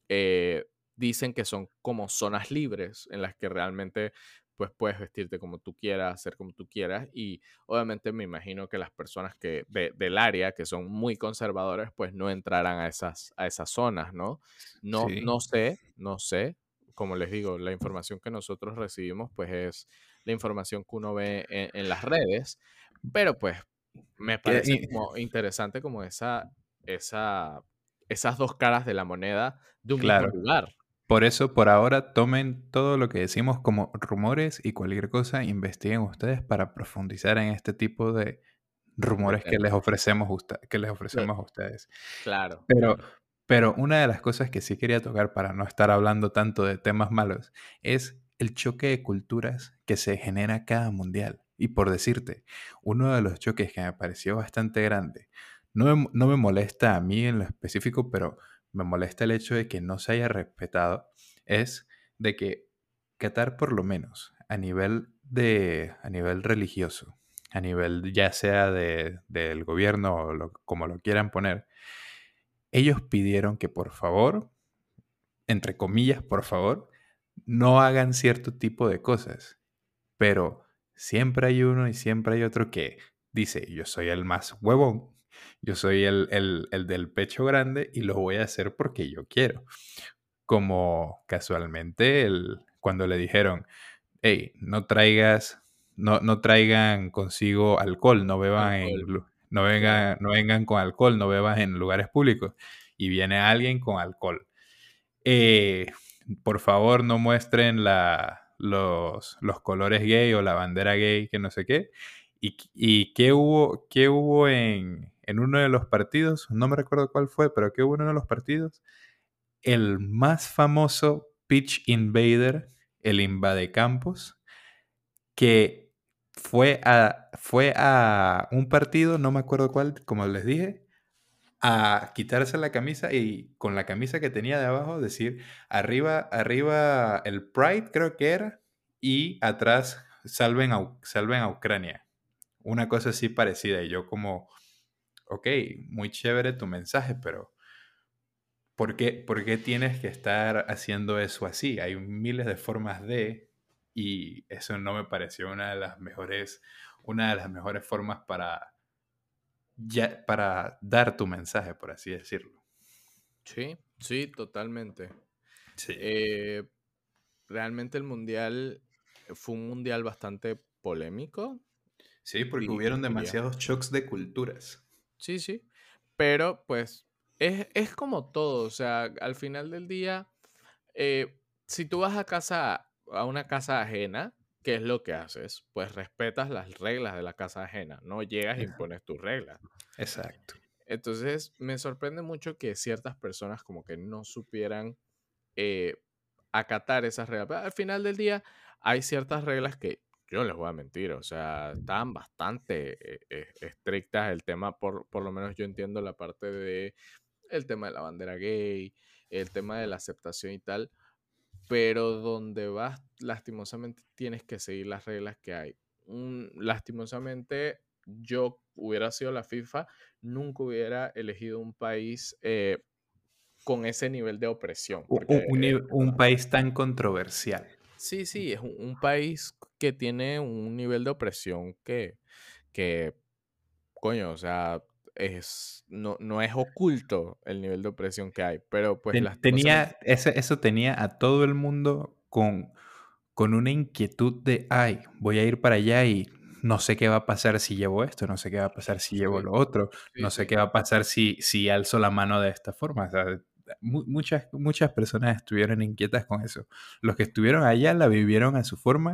eh, dicen que son como zonas libres en las que realmente pues puedes vestirte como tú quieras, hacer como tú quieras y obviamente me imagino que las personas que de- del área que son muy conservadores pues no entrarán a esas, a esas zonas, ¿no? No, Sí. no sé, no sé, como les digo, la información que nosotros recibimos pues es la información que uno ve en, en las redes, pero pues me Que- parece y- como interesante como esa, esa, esas dos caras de la moneda de un mismo claro. lugar. Por eso, por ahora, tomen todo lo que decimos como rumores y cualquier cosa, investiguen ustedes para profundizar en este tipo de De rumores que les temas. ofrecemos, usta- que les Cl- ofrecemos a ustedes. Claro, Pero, claro. pero una de las cosas que sí quería tocar para no estar hablando tanto de temas malos es el choque de culturas que se genera cada mundial. Y por decirte, uno de los choques que me pareció bastante grande, no me, no me molesta a mí en lo específico, pero me molesta el hecho de que no se haya respetado, es de que Qatar por lo menos a nivel de a nivel religioso, a nivel ya sea de, del gobierno o lo- como lo quieran poner, ellos pidieron que por favor, entre comillas, por favor, no hagan cierto tipo de cosas. Pero siempre hay uno y siempre hay otro que dice, yo soy el más huevón, yo soy el, el, el del pecho grande y lo voy a hacer porque yo quiero. Como casualmente el, cuando le dijeron, hey, no traigas, no, no traigan consigo alcohol, no beban en, Alcohol, lu- no claro. vengan, no vengan con alcohol, no beban en lugares públicos. Y viene alguien con alcohol. Eh, por favor, no muestren la, los, los colores gay o la bandera gay, que no sé qué. ¿Y, y qué hubo, qué hubo en, en uno de los partidos? No me recuerdo cuál fue, pero ¿qué hubo en uno de los partidos? El más famoso pitch invader, el invade-campos, que fue a, fue a un partido, no me acuerdo cuál, como les dije, a quitarse la camisa y con la camisa que tenía de abajo decir arriba, arriba el Pride, creo que era, y atrás salven a, U- salven a Ucrania. Una cosa así parecida. Y yo como, ok, muy chévere tu mensaje, pero ¿por qué, por qué tienes que estar haciendo eso así? Hay miles de formas de, y eso no me pareció una de las mejores, una de las mejores formas para, ya, para dar tu mensaje, por así decirlo. Sí, sí, totalmente. Sí. Eh, realmente el mundial fue un mundial bastante polémico, Sí, porque di- hubieron diría. demasiados shocks de culturas. Sí, sí. Pero pues es, es como todo, o sea, al final del día, eh, si tú vas a casa, a una casa ajena, ¿qué es lo que haces? Pues respetas las reglas de la casa ajena, no llegas e Ajá. impones tus reglas. Exacto. Entonces, me sorprende mucho que ciertas personas como que no supieran eh, acatar esas reglas. Pero al final del día, hay ciertas reglas que yo no les voy a mentir, o sea, estaban bastante eh, eh, estrictas. El tema, por, por lo menos yo entiendo la parte de el tema de la bandera gay, el tema de la aceptación y tal, pero donde vas, lastimosamente tienes que seguir las reglas que hay. Un- lastimosamente, yo hubiera sido la FIFA, nunca hubiera elegido un país eh, con ese nivel de opresión, U- porque u- Un, eh, ni- un país tan controversial. sí, sí, es un, un país que tiene un nivel de opresión que, que coño, o sea, es, no, no es oculto el nivel de opresión que hay, pero pues Ten- lastimosamente, tenía, ese, eso tenía a todo el mundo con, con una inquietud de, ay, voy a ir para allá y no sé qué va a pasar si llevo esto, no sé qué va a pasar si llevo sí, lo otro, sí, no sé sí, qué va a pasar si, si alzo la mano de esta forma. O sea, mu- muchas, muchas personas estuvieron inquietas con eso. Los que estuvieron allá la vivieron a su forma,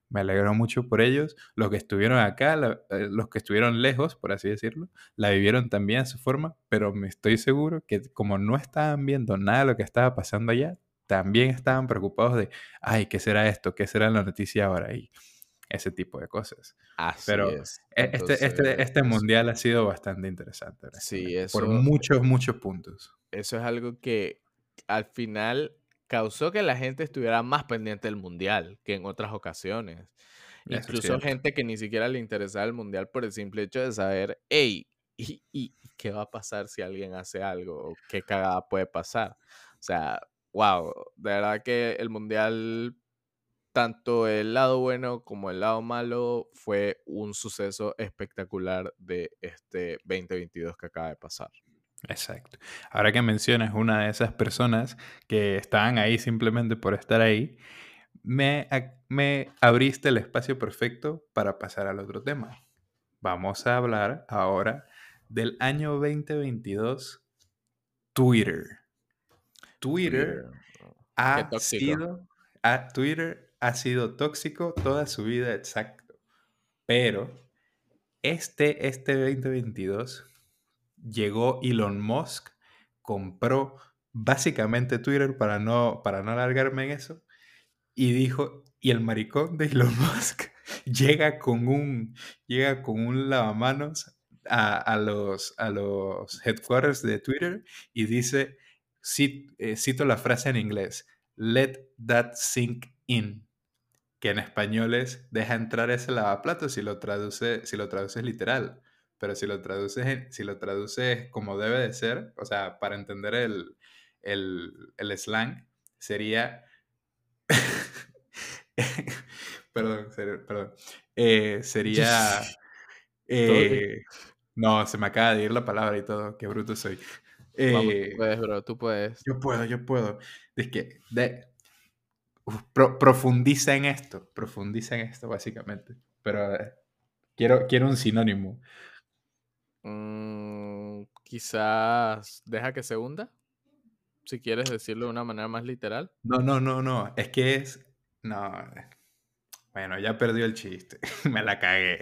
Me alegro mucho por ellos. Los que estuvieron acá, la- eh, los que estuvieron lejos, por así decirlo, la vivieron también a su forma, pero me estoy seguro que como no estaban viendo nada de lo que estaba pasando allá, también estaban preocupados de, ay, ¿qué será esto? ¿Qué será la noticia ahora? Y ese tipo de cosas. Así Pero es. e- este, este, Entonces, este eso, mundial ha sido bastante interesante, sí, honestamente, por eso, muchos, muchos puntos. eso es algo que al final causó que la gente estuviera más pendiente del mundial que en otras ocasiones. Eso es Incluso cierto. gente que ni siquiera le interesaba el mundial por el simple hecho de saber, hey, ¿y, y- y qué va a pasar si alguien hace algo? ¿O qué cagada puede pasar? O sea, wow, de verdad que el mundial, tanto el lado bueno como el lado malo, fue un suceso espectacular de este dos mil veintidós que acaba de pasar. Exacto. Ahora que mencionas una de esas personas que estaban ahí simplemente por estar ahí, me, ac- me abriste el espacio perfecto para pasar al otro tema. Vamos a hablar ahora del año dos mil veintidós, Twitter. Twitter Twitter. Qué ha tóxico. sido, a- Twitter ha sido tóxico toda su vida, exacto. Pero este, este dos mil veintidós llegó Elon Musk, compró básicamente Twitter para no, para no alargarme en eso, y dijo, y el maricón de Elon Musk llega con un, llega con un lavamanos a, a los, a los headquarters de Twitter y dice, cit- eh, cito la frase en inglés, let that sink in, que en español es deja entrar ese lavaplatos si lo traduce, si lo traduces literal. Pero si lo traduces, en- si lo traduces como debe de ser, o sea, para entender el, el, el slang, sería perdón, serio, perdón. Eh, sería. Todo bien. eh, no, se me acaba de ir la palabra y todo. Qué bruto soy. Vamos, tú Eh, puedes, bro, tú puedes. yo puedo, yo puedo. Es que de- uf, pro- profundiza en esto. Profundiza en esto, básicamente. Pero eh, quiero, quiero un sinónimo. Mm, quizás deja que se hunda, si quieres decirlo de una manera más literal. No, no, no, no. Es que es. No. Bueno, ya perdió el chiste. Me la cagué.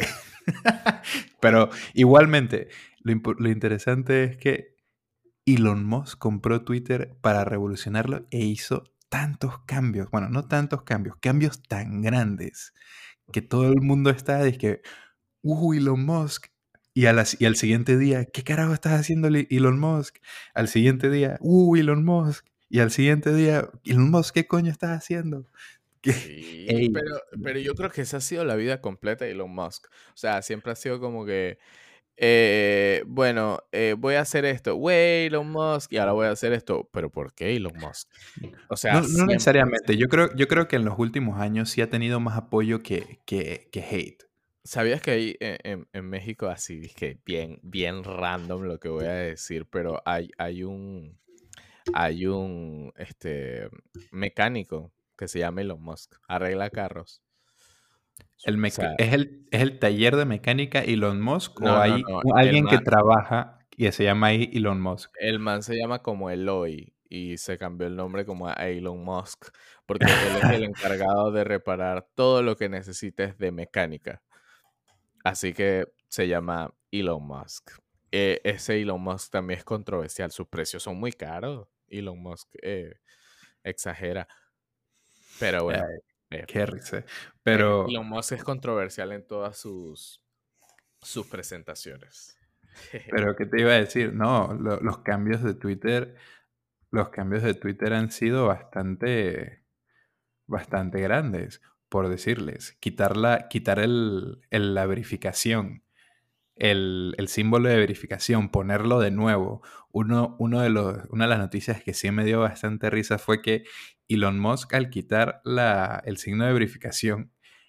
Pero igualmente, lo, impo- lo interesante es que Elon Musk compró Twitter para revolucionarlo e hizo tantos cambios, bueno, no tantos cambios, cambios tan grandes que todo el mundo está de que, uh, Elon Musk. Y, a las- y al siguiente día, ¿qué carajo estás haciendo, Li- Elon Musk? Al siguiente día, uh, Elon Musk. Y al siguiente día, Elon Musk, ¿qué coño estás haciendo? ¿Qué? Sí, Ey, pero, pero yo creo que esa ha sido la vida completa de Elon Musk. O sea, siempre ha sido como que, eh, bueno, eh, voy a hacer esto, güey, Elon Musk, y ahora voy a hacer esto, pero ¿por qué Elon Musk? O sea, no, no siempre. necesariamente. Yo creo, yo creo que en los últimos años sí ha tenido más apoyo que, que, que hate. ¿Sabías que hay en, en- en México, así, dizque bien, bien random lo que voy a decir, pero hay, hay un, hay un, este, mecánico que se llama Elon Musk, arregla carros. El O mec- sea, ¿es, el, ¿Es el taller de mecánica Elon Musk o no, no, hay no, el alguien que man, trabaja y se llama ahí Elon Musk? el man se llama como Eloy y se cambió el nombre como a Elon Musk porque él es el encargado de reparar todo lo que necesites de mecánica. Así que se llama Elon Musk. Eh, ese Elon Musk también es controversial. Sus precios son muy caros. Elon Musk eh, exagera. Pero bueno, Ay, eh, qué risa. eh, Pero, Elon Musk es controversial en todas sus, sus presentaciones. pero, ¿qué te iba a decir? No, lo- los cambios de Twitter, los cambios de Twitter han sido bastante, bastante grandes, por decirles. Quitar la, quitar el, el- la verificación. el, el símbolo de verificación, ponerlo de nuevo. Uno, uno de los, una de las noticias que sí me dio bastante risa fue que Elon Musk, al quitar la, el signo de verificación,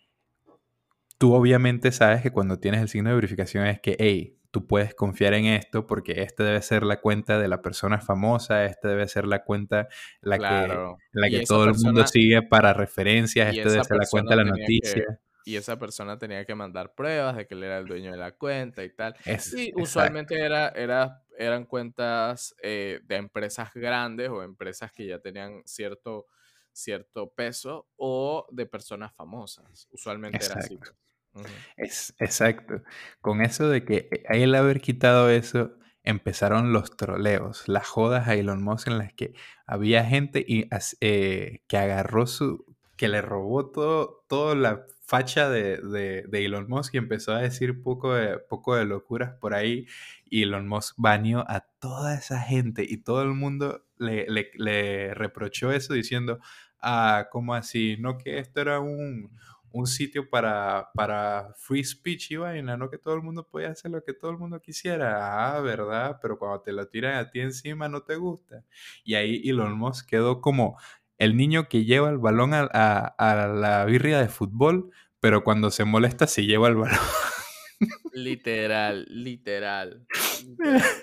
tú obviamente sabes que cuando tienes el signo de verificación es que, hey, tú puedes confiar en esto porque esta debe ser la cuenta de la persona famosa, esta debe ser la cuenta la que, Claro. la Y que esta todo el mundo persona, sigue para referencias, y esta debe esa ser la cuenta persona de la tenía noticia. que, y esa persona tenía que mandar pruebas de que él era el dueño de la cuenta y tal. Es Y exacto. usualmente era, era, eran cuentas eh, de empresas grandes o empresas que ya tenían cierto, cierto peso o de personas famosas. Usualmente era así, Exacto. pues. Ujú. Es, exacto. Con eso de que eh, a él haber quitado eso, empezaron los troleos, las jodas a Elon Musk en las que había gente y, as- eh, que agarró su, que le robó todo, toda la facha de, de, de Elon Musk y empezó a decir poco de, poco de locuras por ahí. Y Elon Musk baneó a toda esa gente y todo el mundo le, le, le reprochó eso diciendo, ah, ¿cómo así? No, que esto era un un sitio para, para free speech y vaina, no que todo el mundo podía hacer lo que todo el mundo quisiera. Ah, ¿verdad? Pero cuando te lo tiran a ti encima no te gusta. Y ahí Elon Musk quedó como el niño que lleva el balón a, a- a la birria de fútbol, pero cuando se molesta se lleva el balón. Literal, literal, literal.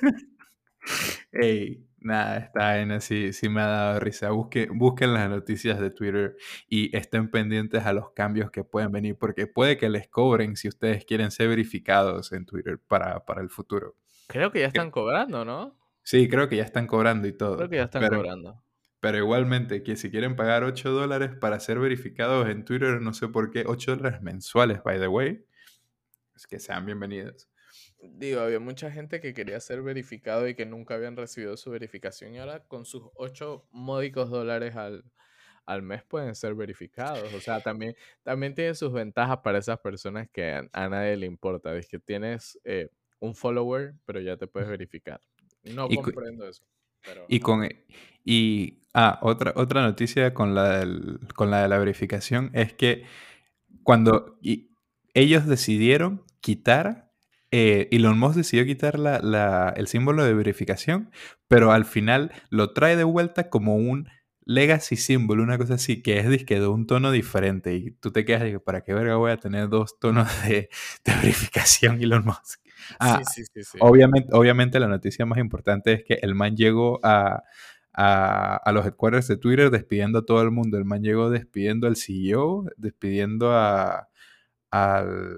Ey, nada, esta vaina sí, sí me ha dado risa. Busque- busquen las noticias de Twitter y estén pendientes a los cambios que pueden venir, porque puede que les cobren si ustedes quieren ser verificados en Twitter para, para el futuro. Creo que ya están Que- cobrando, ¿no? Sí, creo que ya están cobrando y Creo todo, que ya están pero, cobrando. pero igualmente, que si quieren pagar ocho dólares para ser verificados en Twitter, no sé por qué, ocho dólares mensuales, by the way, es que sean bienvenidos. Digo, había mucha gente que quería ser verificado y que nunca habían recibido su verificación y ahora con sus ocho módicos dólares al, al mes pueden ser verificados. O sea, también, también tiene sus ventajas para esas personas que a, a nadie le importa. Es que tienes eh, un follower, pero ya te puedes verificar. No Y, cu- comprendo eso, pero Y ajá. con y ah, otra, otra noticia con la del- con la de la verificación es que cuando y- ellos decidieron quitar, eh, Elon Musk decidió quitar la, la- el símbolo de verificación, pero al final lo trae de vuelta como un legacy symbol, una cosa así, que es dizque de un tono diferente. Y tú te quedas de que, ¿para qué verga voy a tener dos tonos de, de verificación, Elon Musk? Sí, Ah, sí, sí, sí. obviamente, obviamente la noticia más importante es que el man llegó a, a, a los headquarters de Twitter despidiendo a todo el mundo. El man llegó despidiendo al C E O, despidiendo a, al,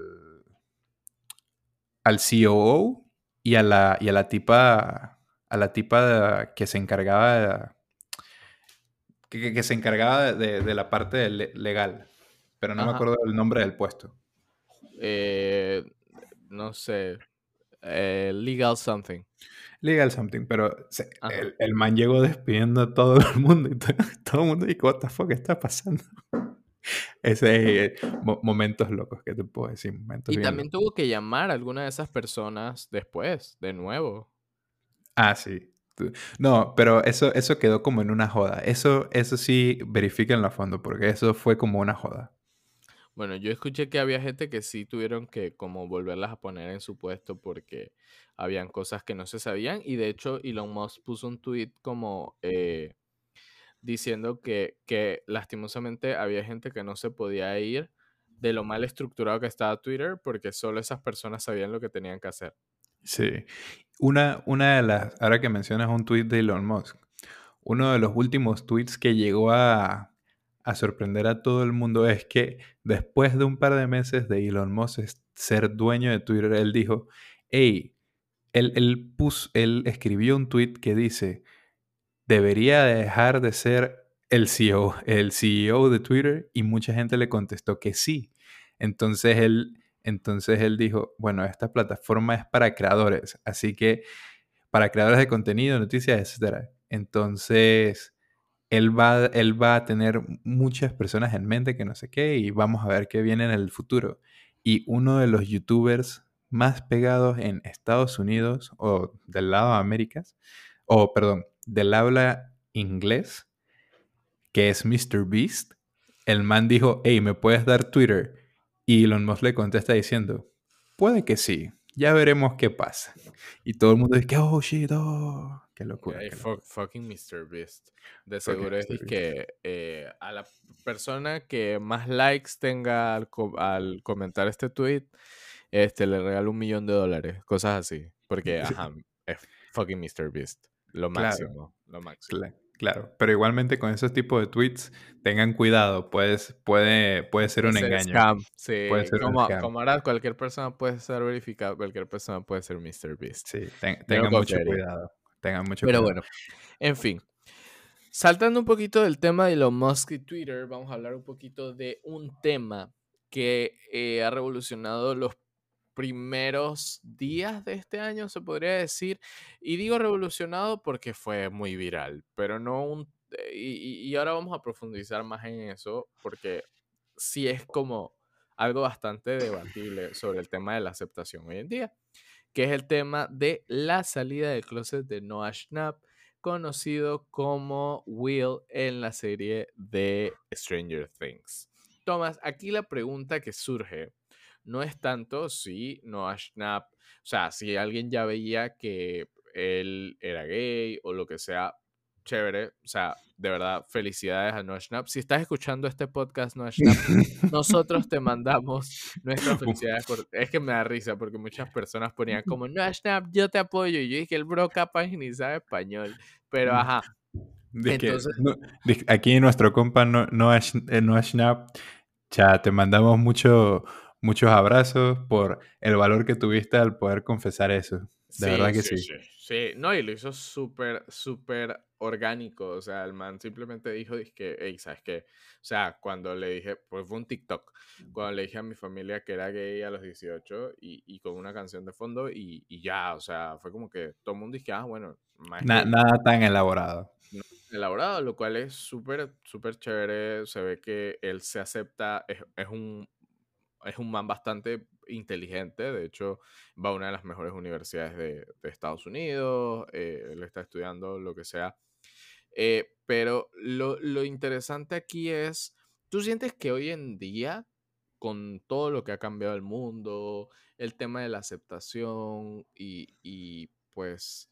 al C O O y a la, y a la tipa, a la tipa que se encargaba de, que, que- que se encargaba de, de la parte de le- legal. Pero no me Ajá. acuerdo el nombre del puesto. Eh, no sé. eh, legal something. Legal something, pero se- Ajá. el, el man llegó despidiendo a todo el mundo y to- todo, el mundo dijo, what the fuck está pasando. Ese eh, mo- momentos locos, ¿qué te puedo decir? Momentos Y bien también locos. tuvo que llamar a alguna de esas personas después, de nuevo. Ah, sí. Tu- No, pero eso, eso quedó como en una joda. Eso, eso sí, verifíquenlo a fondo, porque eso fue como una joda. Bueno, yo escuché que había gente que sí tuvieron que como volverlas a poner en su puesto porque habían cosas que no se sabían y de hecho Elon Musk puso un tweet como eh, diciendo que, que lastimosamente había gente que no se podía ir de lo mal estructurado que estaba Twitter porque solo esas personas sabían lo que tenían que hacer. Sí. Una, una de las, ahora que mencionas un tweet de Elon Musk, uno de los últimos tweets que llegó a, a sorprender a todo el mundo es que después de un par de meses de Elon Musk es- ser dueño de Twitter, él dijo, hey, él, él, puso, él escribió un tweet que dice, debería dejar de ser el C E O, el C E O de Twitter, y mucha gente le contestó que sí. Entonces él, entonces él dijo, bueno, esta plataforma es para creadores, así que para creadores de contenido, noticias, etcétera. Entonces, él va, él va a tener muchas personas en mente que no sé qué y vamos a ver qué viene en el futuro. Y uno de los youtubers más pegados en Estados Unidos o del lado de Américas, o perdón, del habla inglés, que es míster Beast, el man dijo, hey, ¿me puedes dar Twitter? Y Elon Musk le contesta diciendo, puede que sí, ya veremos qué pasa. Y todo el mundo dice, oh, shit, oh, qué locura, Ay, qué fu- locura. fucking míster Beast. De Fucking seguro es míster Beast. que eh, a la persona que más likes tenga al, co- al comentar este tweet, este le regala un millón de dólares, cosas así. Porque, ajá, es fucking míster Beast. Lo Claro, máximo, lo máximo. cla- claro. Pero igualmente con esos tipos de tweets, tengan cuidado, puedes, puede, puede ser Puede un ser engaño, scam, puede sí. ser un Como, scam. como ahora cualquier persona puede ser verificada, cualquier persona puede ser míster Beast. Sí, ten- Yo no tengan mucho confiaría. cuidado, tengan mucho Pero cuidado. bueno, en fin. Saltando un poquito del tema de Elon Musk y Twitter, vamos a hablar un poquito de un tema que eh, ha revolucionado los primeros días de este año, se podría decir. Y digo revolucionado porque fue muy viral, pero no un... eh, Y, y- y ahora vamos a profundizar más en eso porque sí es como algo bastante debatible sobre el tema de la aceptación hoy en día, que es el tema de la salida del closet de Noah Schnapp, conocido como Will en la serie de Stranger Things. Tomás, aquí la pregunta que surge no es tanto si Noah Schnapp, o sea, si alguien ya veía que él era gay o lo que sea, chévere, o sea, de verdad, felicidades a Noah Schnapp. Si estás escuchando este podcast, Noah Schnapp, nosotros te mandamos nuestras felicidades. Por... Es que me da risa porque muchas personas ponían como, no, Snap, yo te apoyo. Y yo dije, el bro capaz ni sabe español. Pero ajá, Dice que entonces, no- dice, aquí nuestro compa no, Noah Sch- eh, Noah Schnapp, cha, te mandamos mucho, muchos abrazos por el valor que tuviste al poder confesar eso. De verdad sí, que sí, sí. sí. Sí, no, y lo hizo súper, súper orgánico. O sea, el man simplemente dijo, que, hey, ¿sabes qué? O sea, cuando le dije, pues fue un TikTok, cuando le dije a mi familia que era gay a los dieciocho y, y con una canción de fondo y, y ya, o sea, fue como que todo el mundo dice, ah, bueno, más Na- gay. nada tan elaborado. No elaborado, lo cual es súper, súper chévere. Se ve que él se acepta, es, es un, es un man bastante inteligente. De hecho, va a una de las mejores universidades de, de Estados Unidos. Eh, él está estudiando lo que sea. Eh, pero lo, lo interesante aquí es, ¿tú sientes que hoy en día, con todo lo que ha cambiado el mundo, el tema de la aceptación y, y pues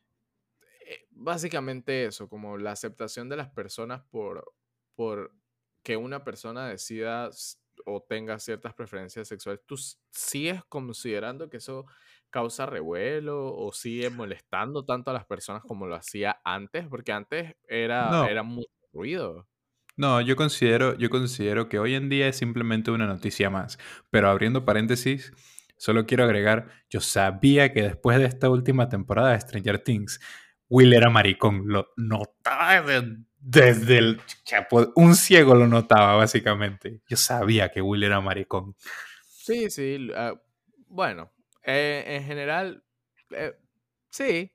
eh, básicamente eso, como la aceptación de las personas por, por que una persona decida s- o tenga ciertas preferencias sexuales, ¿tú s- sigues considerando que eso causa revuelo o sigue molestando tanto a las personas como lo hacía antes? Porque antes era, No, era mucho ruido. no, yo considero, yo considero que hoy en día es simplemente una noticia más. Pero abriendo paréntesis, solo quiero agregar, yo sabía que después de esta última temporada de Stranger Things, Will era maricón. Lo notaba de- desde el... chapo- Un ciego lo notaba, básicamente. Yo sabía que Will era maricón. Sí, sí, l- ah, bueno, eh, en general, eh, sí.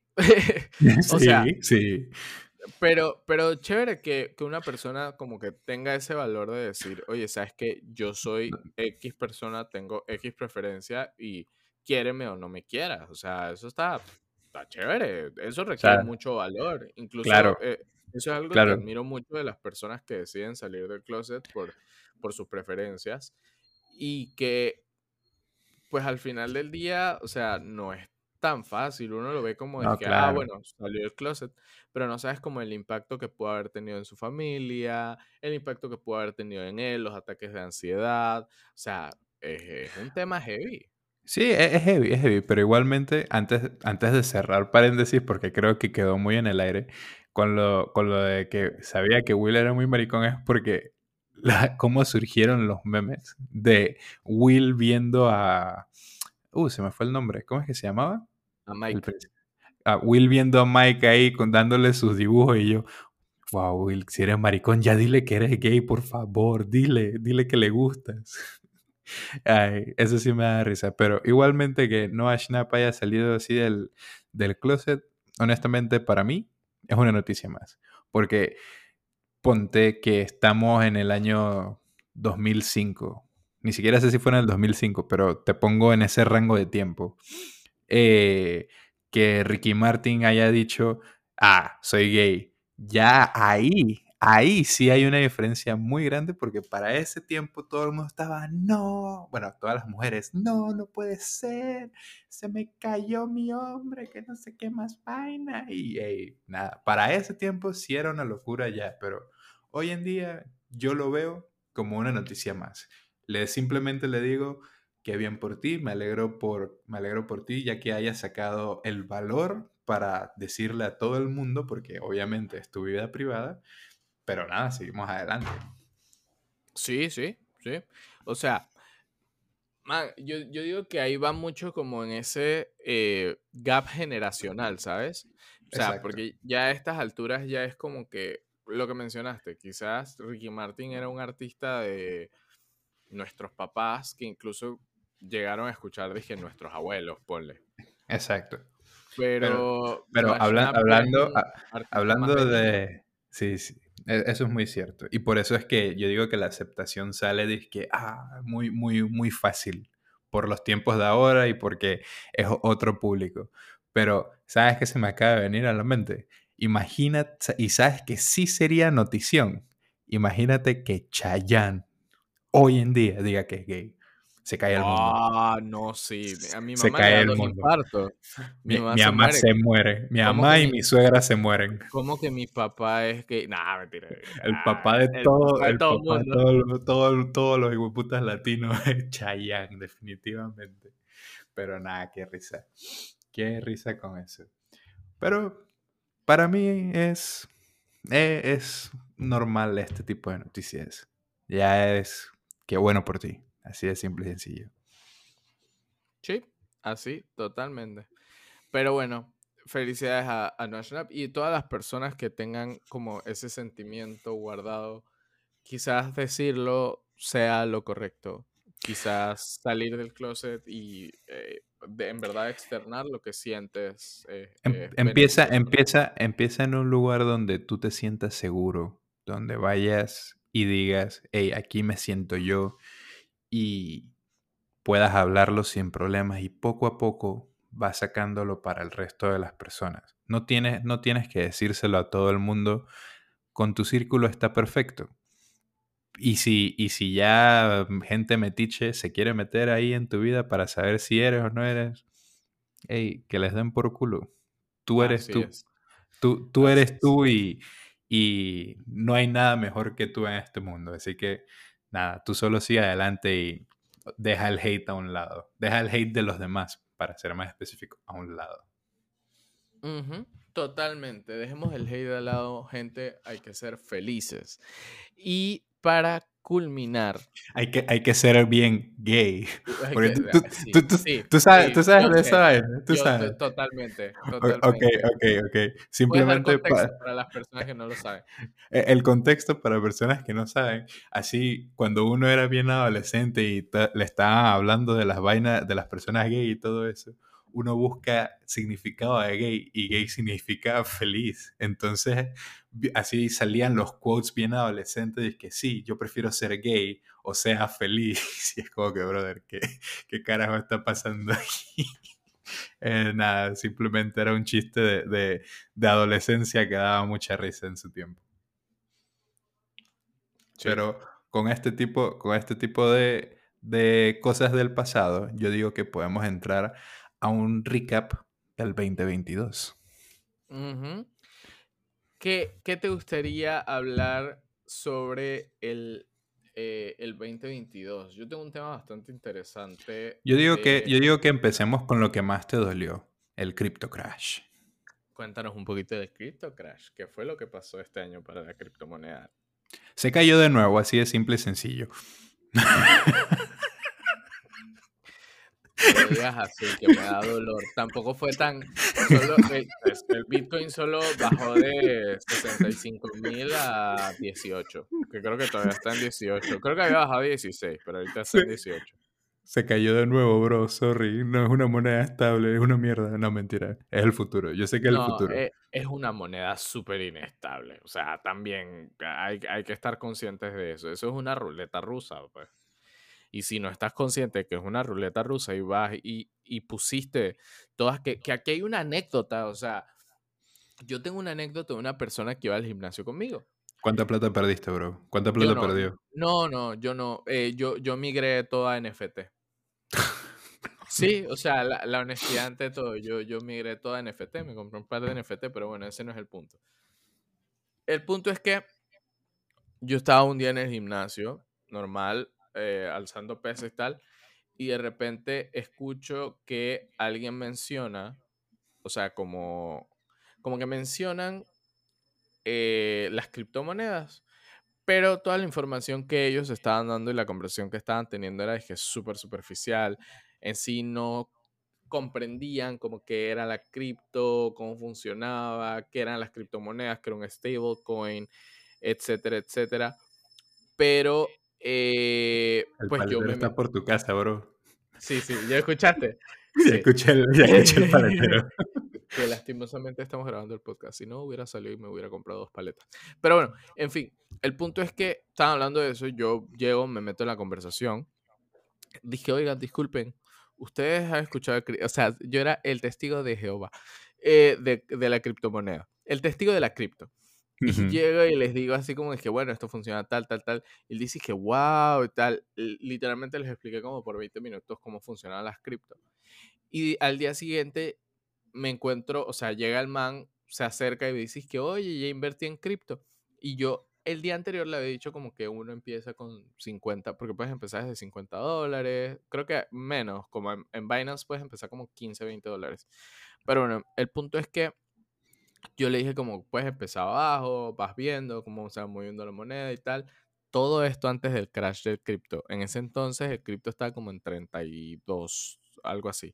O sea, Sí, sí. Pero, pero chévere que, que una persona como que tenga ese valor de decir, oye, sabes que yo soy X persona, tengo X preferencia y quiéreme o no me quieras. O sea, eso está, está chévere. Eso O requiere sea, mucho valor. claro, Incluso eh, eso es algo que claro. admiro mucho de las personas que deciden salir del closet por, por sus preferencias y que pues al final del día, o sea, no es tan fácil. Uno lo ve como es No, que, ah, claro. bueno, salió del closet, pero no sabes como el impacto que pudo haber tenido en su familia, el impacto que pudo haber tenido en él, los ataques de ansiedad. O sea, es, es un tema heavy. Sí, e- es heavy, es heavy, pero igualmente, antes, antes de cerrar paréntesis, porque creo que quedó muy en el aire, con lo, con lo de que sabía que Will era muy maricón, es porque la- cómo surgieron los memes de Will viendo a... Uh, se me fue el nombre, ¿cómo es que se llamaba? A El, Mike. prin- a Will viendo a Mike ahí con, dándole sus dibujos y yo, wow, Will, si eres maricón, ya dile que eres gay, por favor, dile, dile que le gustas. Ay, eso sí me da risa. Pero igualmente que Noah Schnapp haya salido así del, del closet, honestamente para mí es una noticia más. Porque ponte que estamos en el año dos mil cinco. Ni siquiera sé si fue en el dos mil cinco, pero te pongo en ese rango de tiempo. Eh, que Ricky Martin haya dicho, ah, soy gay. Ya ahí, ahí sí hay una diferencia muy grande porque para ese tiempo todo el mundo estaba, no, bueno, todas las mujeres, no, no puede ser, se me cayó mi hombre, que no sé qué más vaina. Y ey, nada, para ese tiempo sí era una locura ya, pero hoy en día yo lo veo como una noticia más. Le, simplemente le digo, qué bien por ti, me alegro por, me alegro por ti, ya que hayas sacado el valor para decirle a todo el mundo, porque obviamente es tu vida privada, pero nada, seguimos adelante. Sí, sí, sí. O sea, man, yo, yo digo que ahí va mucho como en ese eh, gap generacional, ¿sabes? O sea, Exacto. porque ya a estas alturas ya es como que lo que mencionaste, quizás Ricky Martin era un artista de nuestros papás que incluso llegaron a escuchar, dije, nuestros abuelos, ponle. Exacto. Pero, Pero pero Noah habla- Schnapp ya es hablando, un a- artista más hablando viejo. de... Sí, sí, e- eso es muy cierto. Y por eso es que yo digo que la aceptación sale de que, ah, muy, muy, muy fácil por los tiempos de ahora y porque es o- otro público. Pero, ¿sabes qué se me acaba de venir a la mente? Imagínate, y sabes que sí sería notición. Imagínate que Chayanne hoy en día diga que es gay. Se cae el mundo. Ah, no, sí. A mi Se mamá le cae da el dos mundo. infartos. Mi Mi, mamá mi se mamá muere. se muere. Mi ¿Cómo que mamá y mi, mi suegra se mueren. cómo que mi papá es que... Nah, mentira. El Ah, papá de el todo, papá de el todo el papá de mundo. todo- todo- todos los hijueputas latinos es Chayanne, definitivamente. Pero nada, qué risa. Qué risa con eso. Pero para mí es, eh, es normal este tipo de noticias. Ya es qué bueno por ti. Así de simple y sencillo. Sí, así, totalmente. Pero bueno, felicidades a, a Noah Schnapp y todas las personas que tengan como ese sentimiento guardado. Quizás decirlo sea lo correcto. Quizás salir del closet y eh, de- en verdad externar lo que sientes eh, Em- es Empieza, beneficioso. empieza, empieza en un lugar donde tú te sientas seguro, donde vayas y digas, hey, aquí me siento yo y puedas hablarlo sin problemas y poco a poco vas sacándolo para el resto de las personas. No tienes, no tienes que decírselo a todo el mundo, con tu círculo está perfecto. Y si, y si ya gente metiche se quiere meter ahí en tu vida para saber si eres o no eres, hey, que les den por culo. Tú eres Así tú. es, Tú, tú así eres es. tú y, y no hay nada mejor que tú en este mundo. Así que nada, tú solo sigue adelante y deja el hate a un lado. Deja el hate de los demás, para ser más específico, a un lado. Ujú, totalmente. Dejemos el hate de lado, gente. Hay que ser felices. Y para culminar, Hay que, hay que ser bien gay. hay Porque que, tú, ah, tú, tú, sí, tú, sí, tú sabes, sí, tú sabes yo de esa sé. vaina, tú Yo sabes. to- totalmente, O- Ok, totalmente. ok, ok. Puedes dar Simplemente contexto pa- para las personas que no lo saben. E- El contexto para personas que no saben, así cuando uno era bien adolescente y ta- le estaban hablando de las vainas de las personas gay y todo eso, uno busca significado de gay y gay significa feliz. Entonces, vi- así salían los quotes bien adolescentes de que sí, yo prefiero ser gay o sea feliz. Y es como que, brother, ¿qué, qué carajo está pasando aquí? Eh, nada, simplemente era un chiste de, de de adolescencia que daba mucha risa en su tiempo. Sí. Pero con este tipo, con este tipo de, de cosas del pasado, yo digo que podemos entrar a un recap del veinte veintidós. Ujú. ¿Qué, qué te gustaría hablar sobre el, eh, el dos mil veintidós? Yo tengo un tema bastante interesante Yo digo que, de... yo digo que empecemos con lo que más te dolió, el crypto crash. Cuéntanos un poquito de Crypto Crash. ¿Qué fue lo que pasó este año para la criptomoneda? Se cayó de nuevo, así de simple y sencillo. No lo digas así, que me da dolor. Tampoco fue tan... Solo, el, pues, el Bitcoin solo bajó de sesenta y cinco mil a dieciocho, que creo que todavía está en dieciocho. Creo que había bajado a dieciséis, pero ahorita está Se, en dieciocho. se cayó de nuevo, bro, sorry. No es una moneda estable, es una mierda. No, mentira. Es el futuro. Yo sé que es el No, futuro. e- es una moneda súper inestable. O sea, también hay, hay que estar conscientes de eso. Eso es una ruleta rusa, pues. Y si no estás consciente que es una ruleta rusa y vas y, y pusiste todas, que, que aquí hay una anécdota, o sea, yo tengo una anécdota de una persona que iba al gimnasio conmigo. ¿Cuánta plata perdiste, bro? ¿Cuánta Yo plata no, perdió? no, no, yo no, eh, yo, yo migré toda N F T. Sí, o sea, la, la honestidad ante todo, yo, yo migré toda N F T, me compré un par de N F T, pero bueno, ese no es el punto. El punto es que yo estaba un día en el gimnasio, normal, eh, alzando pesas y tal, y de repente escucho que alguien menciona, o sea, como, como que mencionan eh, las criptomonedas, pero toda la información que ellos estaban dando y la conversación que estaban teniendo era de que es súper superficial, en sí no comprendían como qué era la cripto, cómo funcionaba, qué eran las criptomonedas, que era un stablecoin. etcétera, etcétera. Pero, eh, El pues yo paletero me está metí. por tu casa, bro. Sí, sí, ¿ya escuchaste? Ya Sí. escuché el, ya escuché el paletero. Que lastimosamente estamos grabando el podcast. Si no, hubiera salido y me hubiera comprado dos paletas. Pero bueno, en fin, el punto es que estaban hablando de eso. Yo llego, me meto en la conversación. Dije, oigan, disculpen, ustedes han escuchado, el cri-?" O sea, yo era el testigo de Jehová, eh, de, de la criptomoneda, el testigo de la cripto. Y Ujú. llego y les digo así como es que, bueno, esto funciona tal, tal, tal. Y él dice que, wow, y tal. L- Literalmente les expliqué como por veinte minutos cómo funcionan las cripto. Y al día siguiente me encuentro, o sea, llega el man, se acerca y me dice que, oye, ya invertí en cripto. Y yo el día anterior le había dicho como que uno empieza con cincuenta, porque puedes empezar desde cincuenta dólares, creo que menos, como en, en Binance puedes empezar como quince, veinte dólares. Pero bueno, el punto es que yo le dije como puedes empezar abajo, vas viendo cómo se va moviendo la moneda y tal. Todo esto antes del crash del cripto. En ese entonces el cripto estaba como en treinta y dos, algo así.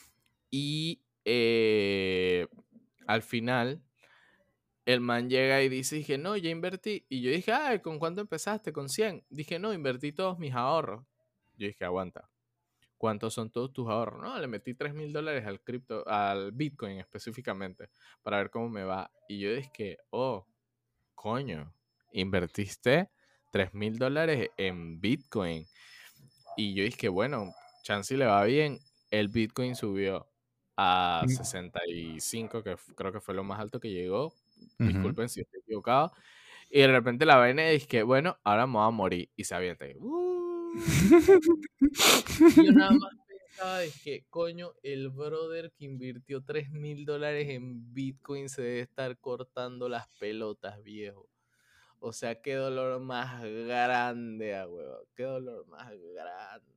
Y eh, al final, el man llega y dice, dije, no, ya invertí. Y yo dije, ay, ¿con cuánto empezaste? ¿Con cien? Dije, no, invertí todos mis ahorros. Yo dije, aguanta. ¿Cuántos son todos tus ahorros? No, le metí tres mil dólares al cripto, al Bitcoin específicamente, para ver cómo me va. Y yo dije, oh, coño, invertiste tres mil dólares en Bitcoin. Y yo dije, bueno, chance le va bien. El Bitcoin subió a sesenta y cinco, que f- creo que fue lo más alto que llegó. Ujú. Disculpen si estoy equivocado. Y de repente la vaina es que, bueno, ahora me voy a morir. Y se avienta. Y, "Uh". Y yo nada más pensaba, es que, coño, el brother que invirtió tres mil dólares en Bitcoin se debe estar cortando las pelotas, viejo. O sea, qué dolor más grande, ah, huevón. Qué dolor más grande.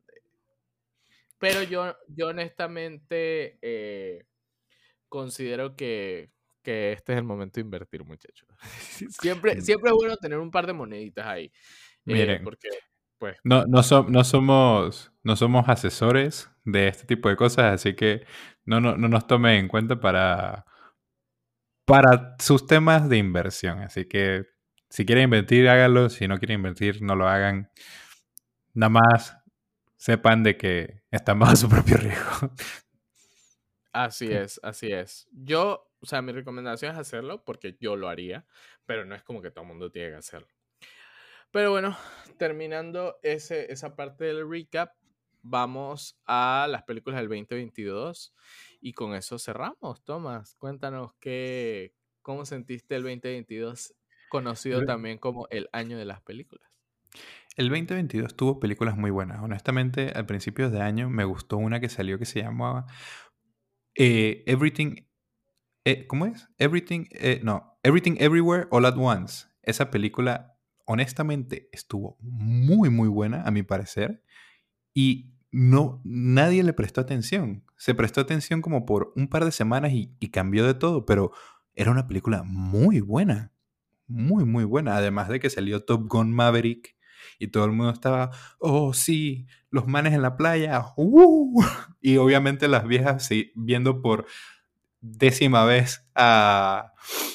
Pero yo, yo honestamente eh, considero que, que este es el momento de invertir, muchachos. Siempre, siempre es bueno tener un par de moneditas ahí. eh, Miren, porque, pues, no, no, so- no somos, no somos asesores de este tipo de cosas, así que no, no, no nos tomen en cuenta para, para sus temas de inversión. Así que si quieren invertir, háganlo. Si no quieren invertir, no lo hagan. Nada más sepan de que están bajo su propio riesgo. así es, así es. Yo, o sea, mi recomendación es hacerlo porque yo lo haría, pero no es como que todo el mundo tiene que hacerlo. Pero bueno, terminando ese, esa parte del recap, vamos a las películas del veinte veintidós y con eso cerramos. Tomás, cuéntanos qué, cómo sentiste el veinte veintidós, conocido El, también como el año de las películas. el veinte veintidós tuvo películas muy buenas. Honestamente, al principio de año me gustó una que salió que se llamaba eh, Everything. Eh, ¿cómo es? Everything. eh, no, Everything Everywhere All at Once. Esa película, honestamente, estuvo muy, muy buena, a mi parecer. Y no, nadie le prestó atención. Se prestó atención como por un par de semanas y, y cambió de todo, pero era una película muy buena. Muy, muy buena. Además de que salió Top Gun Maverick y todo el mundo estaba, oh, sí, los manes en la playa. ¡Uh! Y obviamente las viejas sí, viendo por décima vez a,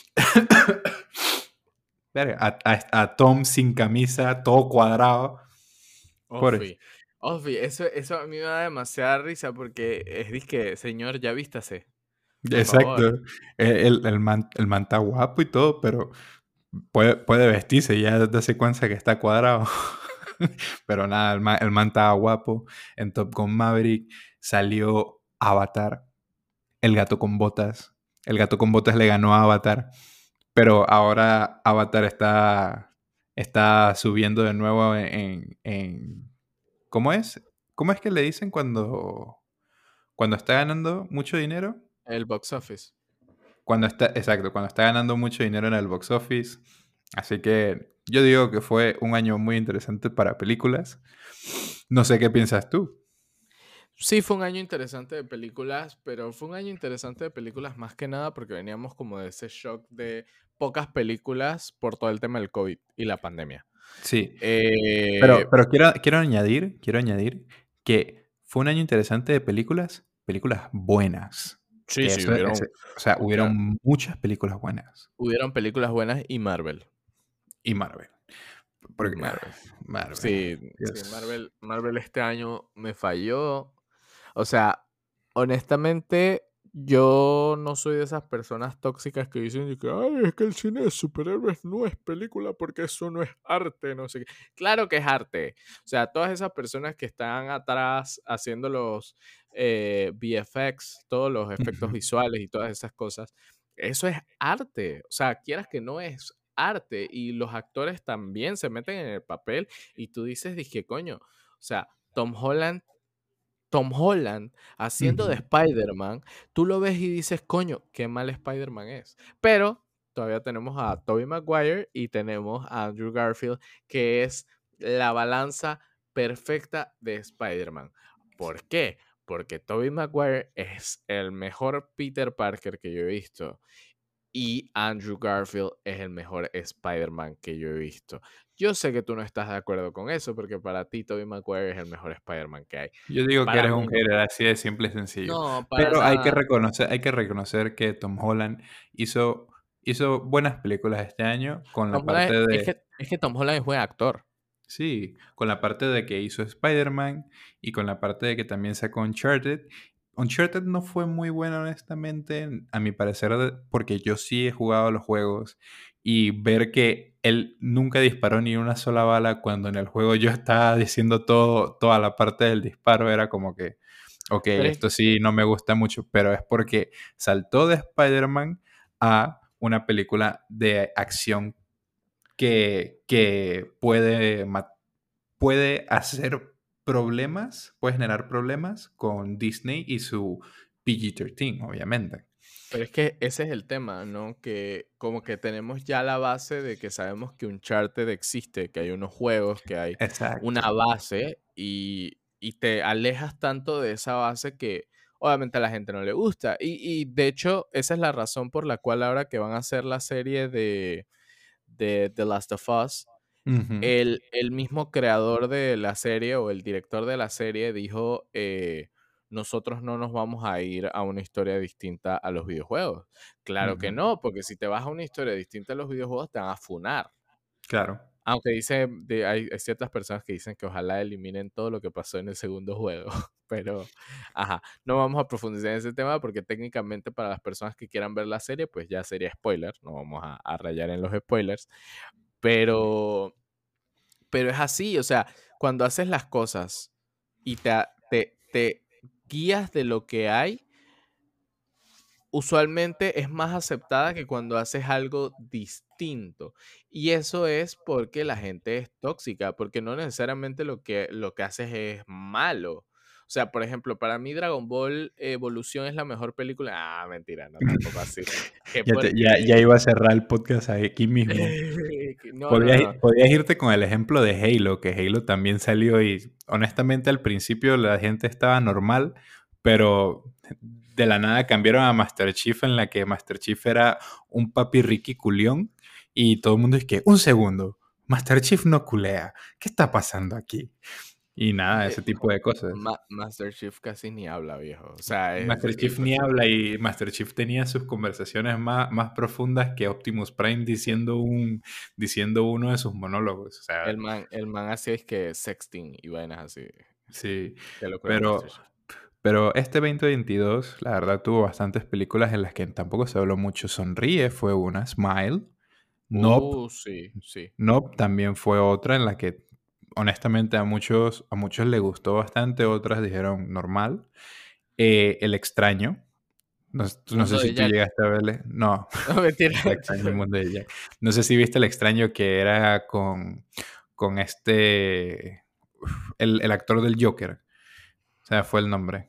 verga, a, a- a Tom sin camisa, todo cuadrado. Por, Ofi, Ofi, eso, eso a mí me da demasiada risa porque es disque, señor, ya vístase, por favor. exacto. El, el, man, el man está guapo y todo, pero puede, puede vestirse, ya darse cuenta que está cuadrado. Pero nada, el man, el man estaba guapo. En Top Gun Maverick salió Avatar, el gato con botas. El gato con botas le ganó a Avatar. Pero ahora Avatar está, está subiendo de nuevo en, en... ¿Cómo es? ¿Cómo es que le dicen cuando, cuando está ganando mucho dinero? El box office. Cuando está, exacto, cuando está ganando mucho dinero en el box office. Así que yo digo que fue un año muy interesante para películas. No sé qué piensas tú. Sí, fue un año interesante de películas, pero fue un año interesante de películas más que nada porque veníamos como de ese shock de pocas películas por todo el tema del COVID y la pandemia. Sí, pero, Eh, pero quiero, quiero añadir, quiero añadir que fue un año interesante de películas, películas buenas. sí, Que sí, eso, hubieron, ese- o sea, hubieron, hubieron muchas películas buenas. hubieron películas buenas y Marvel. y Marvel. Y Porque, ah, Marvel. Marvel, Sí, sí, Dios. Marvel, Marvel este año me falló. O sea, honestamente, yo no soy de esas personas tóxicas que dicen de que, ay, es que el cine de superhéroes no es película porque eso no es arte, no sé qué. Claro que es arte. O sea, todas esas personas que están atrás haciendo los eh, V F X, todos los efectos Ujú. visuales y todas esas cosas, eso es arte. O sea, quieras que no es arte y los actores también se meten en el papel y tú dices, dije, coño, o sea, Tom Holland Tom Holland haciendo de Ujú. Spider-Man, tú lo ves y dices, coño, qué mal Spider-Man es. Pero todavía tenemos a Tobey Maguire y tenemos a Andrew Garfield, que es la balanza perfecta de Spider-Man. ¿Por qué? Porque Tobey Maguire es el mejor Peter Parker que yo he visto y Andrew Garfield es el mejor Spider-Man que yo he visto. Yo sé que tú no estás de acuerdo con eso porque para ti Tobey Maguire es el mejor Spider-Man que hay. Yo digo que Para eres mí un no. hater así de simple y sencillo. No, para Pero hay que nada. reconocer, hay que reconocer que Tom Holland hizo, hizo buenas películas este año con la Tom Holland, parte es de, que, es que Tom Holland es buen actor. sí, con la parte de que hizo Spider-Man y con la parte de que también sacó Uncharted. Uncharted no fue muy bueno, honestamente, a mi parecer, de- porque yo sí he jugado los juegos y ver que él nunca disparó ni una sola bala cuando en el juego yo estaba diciendo todo, toda la parte del disparo, era como que, ok, Pero es esto sí no me gusta mucho, pero es porque saltó de Spider-Man a una película de acción que, que puede, ma- puede hacer problemas, puede generar problemas con Disney y su P G trece, obviamente. Pero es que ese es el tema, ¿no? Que como que tenemos ya la base de que sabemos que Uncharted existe, que hay unos juegos, que hay Exacto. una base y, y te alejas tanto de esa base que obviamente a la gente no le gusta. Y, y de hecho, esa es la razón por la cual ahora que van a hacer la serie de, de The Last of Us, Ujú. el, el mismo creador de la serie o el director de la serie dijo, eh, nosotros no nos vamos a ir a una historia distinta a los videojuegos. Claro que Ujú. no, porque si te vas a una historia distinta a los videojuegos te van a funar. Claro. Aunque dice, de- hay, hay ciertas personas que dicen que ojalá eliminen todo lo que pasó en el segundo juego, pero, ajá, no vamos a profundizar en ese tema porque técnicamente para las personas que quieran ver la serie, pues ya sería spoiler, no vamos a, a rayar en los spoilers, pero pero es así, o sea, cuando haces las cosas y te, a- te, te guías de lo que hay, usualmente es más aceptada que cuando haces algo distinto. Y eso es porque la gente es tóxica, porque no necesariamente lo que, lo que haces es malo. O sea, por ejemplo, para mí Dragon Ball Evolución es la mejor película. Ah, mentira, no, tampoco así. Que Ya, te- porque... ya, ya iba a cerrar el podcast aquí mismo. No, no, Podías, no. i- podías irte con el ejemplo de Halo, que Halo también salió y honestamente al principio la gente estaba normal, pero de la nada cambiaron a Master Chief en la que Master Chief era un papi Ricky culión y todo el mundo es que, un segundo, Master Chief no culea, ¿qué está pasando aquí? Y nada, Eh, ese tipo de cosas. Ma- Master Chief casi ni habla, viejo. O sea, es, Master y Chief pues, ni habla y Master Chief tenía sus conversaciones más, más profundas que Optimus Prime diciendo, un, diciendo uno de sus monólogos. O sea, el man, el man así es que sexting y vainas así. sí, Qué locura pero, Master Chief. pero este dos mil veintidós, la verdad, tuvo bastantes películas en las que tampoco se habló mucho. Sonríe fue una, Smile. Nope, Uh, sí, sí. Nope también fue otra en la que honestamente a muchos, a muchos les gustó bastante, otras dijeron normal. Eh, El extraño. No, no sé Mundo si de tú Jack. llegaste a verle. No, No, mentira. El extraño mundo de Jack. No sé si viste El extraño que era con, con este, el, el actor del Joker. O sea, fue el nombre.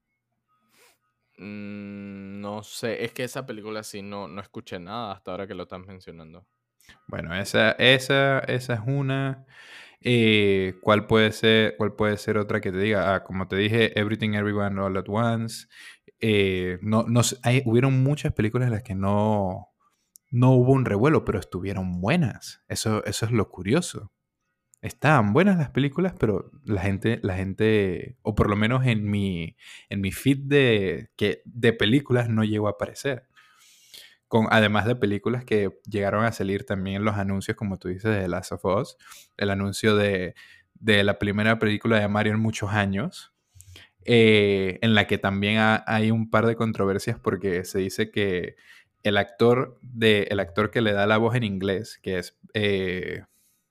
Mm, no sé, es que esa película sí no, no escuché nada hasta ahora que lo estás mencionando. Bueno, esa, esa, esa es una. Eh, ¿cuál puede ser, cuál puede ser otra que te diga? Ah, como te dije, Everything Everyone All at Once. Eh, no, no, sé, hay, hubieron muchas películas en las que no, no hubo un revuelo, pero estuvieron buenas. Eso, eso es lo curioso. Estaban buenas las películas, pero la gente, la gente, o por lo menos en mi, en mi feed de, que, de películas no llegó a aparecer. con, además de películas que llegaron a salir también en los anuncios, como tú dices, de The Last of Us, el anuncio de, de la primera película de Mario en muchos años, eh, en la que también ha- hay un par de controversias porque se dice que el actor, de, el actor que le da la voz en inglés, que es eh,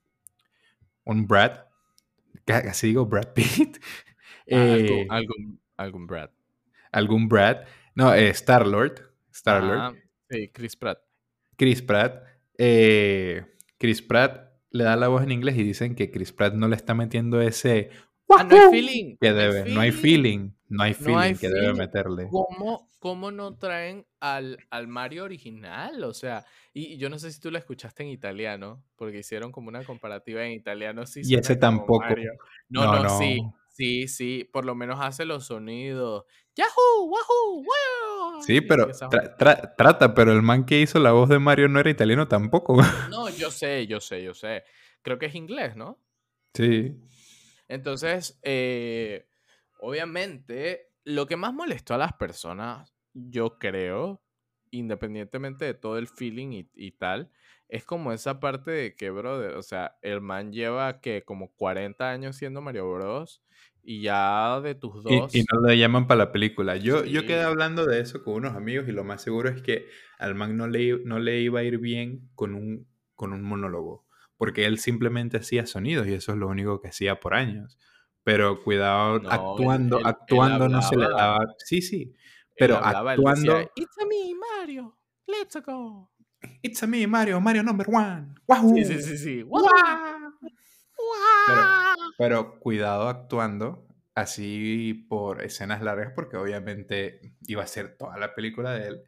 un Brad, casi digo Brad Pitt, Ah, algún, eh, algún, algún Brad. algún Brad, no, eh, Star-Lord, Star-Lord, Ajá, sí, Chris Pratt. Chris Pratt, eh, Chris Pratt le da la voz en inglés y dicen que Chris Pratt no le está metiendo ese Ah, no hay ¡Wahoo! feeling, Que no hay debe, no hay feeling, feeling, no hay no hay feeling que debe feeling. meterle. ¿Cómo, cómo no traen al, al Mario original? O sea, y, y yo no sé si tú lo escuchaste en italiano, porque hicieron como una comparativa en italiano, sí Y ese suena como tampoco. Mario. No, No, no, sí, no. sí, sí, por lo menos hace los sonidos. ¡Yahoo! ¡Wahoo! ¡Wow! Sí, Y pero esa tra- tra- trata, pero el man que hizo la voz de Mario no era italiano tampoco. No, yo sé, yo sé, yo sé. Creo que es inglés, ¿no? Sí. Entonces, eh, obviamente, lo que más molestó a las personas, yo creo, independientemente de todo el feeling y, y tal, es como esa parte de que, brother, o sea, el man lleva que como cuarenta años siendo Mario Bros. Y ya de tus Y, y dos, no le llaman para la película. Yo, yo quedé sí, hablando de eso con unos amigos y lo más seguro es que al man no le, no le iba a ir bien con un, con un monólogo. Porque él simplemente hacía sonidos y eso es lo único que hacía por años. Pero cuidado, no, él, actuando, él, él actuando no se le hablaba, daba. Sí, sí. él Pero hablaba, él decía, actuando. It's a me, Mario, let's go. It's a me, Mario, Mario number one. Sí, sí, ¡Wahoo! sí, sí, ¡wahoo! ¡Guau! Pero, ¡Wah! pero cuidado actuando así por escenas largas, porque obviamente iba a ser toda la película de él.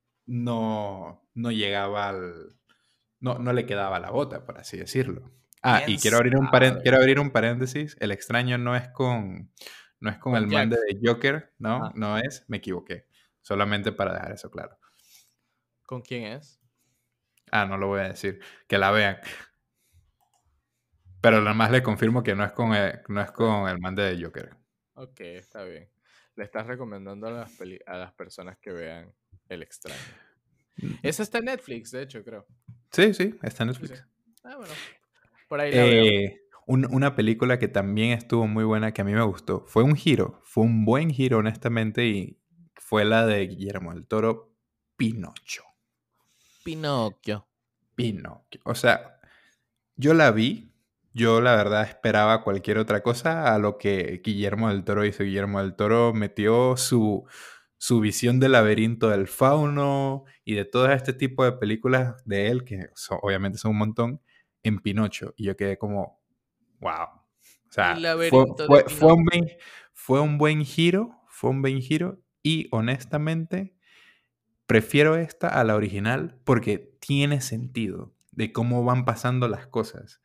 No, no llegaba al. No, no le quedaba la bota, por así decirlo. Ah, ¿Quién y quiero abrir un, paren- sabe? quiero abrir un paréntesis. El extraño no es con. No es con el Con man de Jack. The Joker, no, Ah, no es, me equivoqué. Solamente para dejar eso claro. ¿con quién es? Ah, no lo voy a decir. Que la vean. Pero nada más le confirmo que no es con el, no es Bueno, con el man de The Joker. ok, está bien. Le estás recomendando a las, peli- a las personas que vean El Extraño. Esa está en Netflix, de hecho, creo. Sí, sí, está en Sí, sí. Netflix. Ah, bueno, por ahí la veo. Eh, un- una película que también estuvo muy buena, que a mí me gustó, fue un giro, fue un buen giro, honestamente, y fue la de Guillermo del Toro, Pinocho. Pinocchio. Pinocchio. O sea, yo la vi, yo la verdad esperaba cualquier otra cosa a lo que Guillermo del Toro hizo. Guillermo del Toro metió su, su visión del laberinto del fauno y de todo este tipo de películas de él, que son- obviamente son un montón, en Pinocho. Y yo quedé como, wow. O El sea, fue, laberinto de fue, fue, un Pinocchio. buen, fue un buen giro, fue un buen giro y honestamente prefiero esta a la original porque tiene sentido de cómo van pasando las cosas.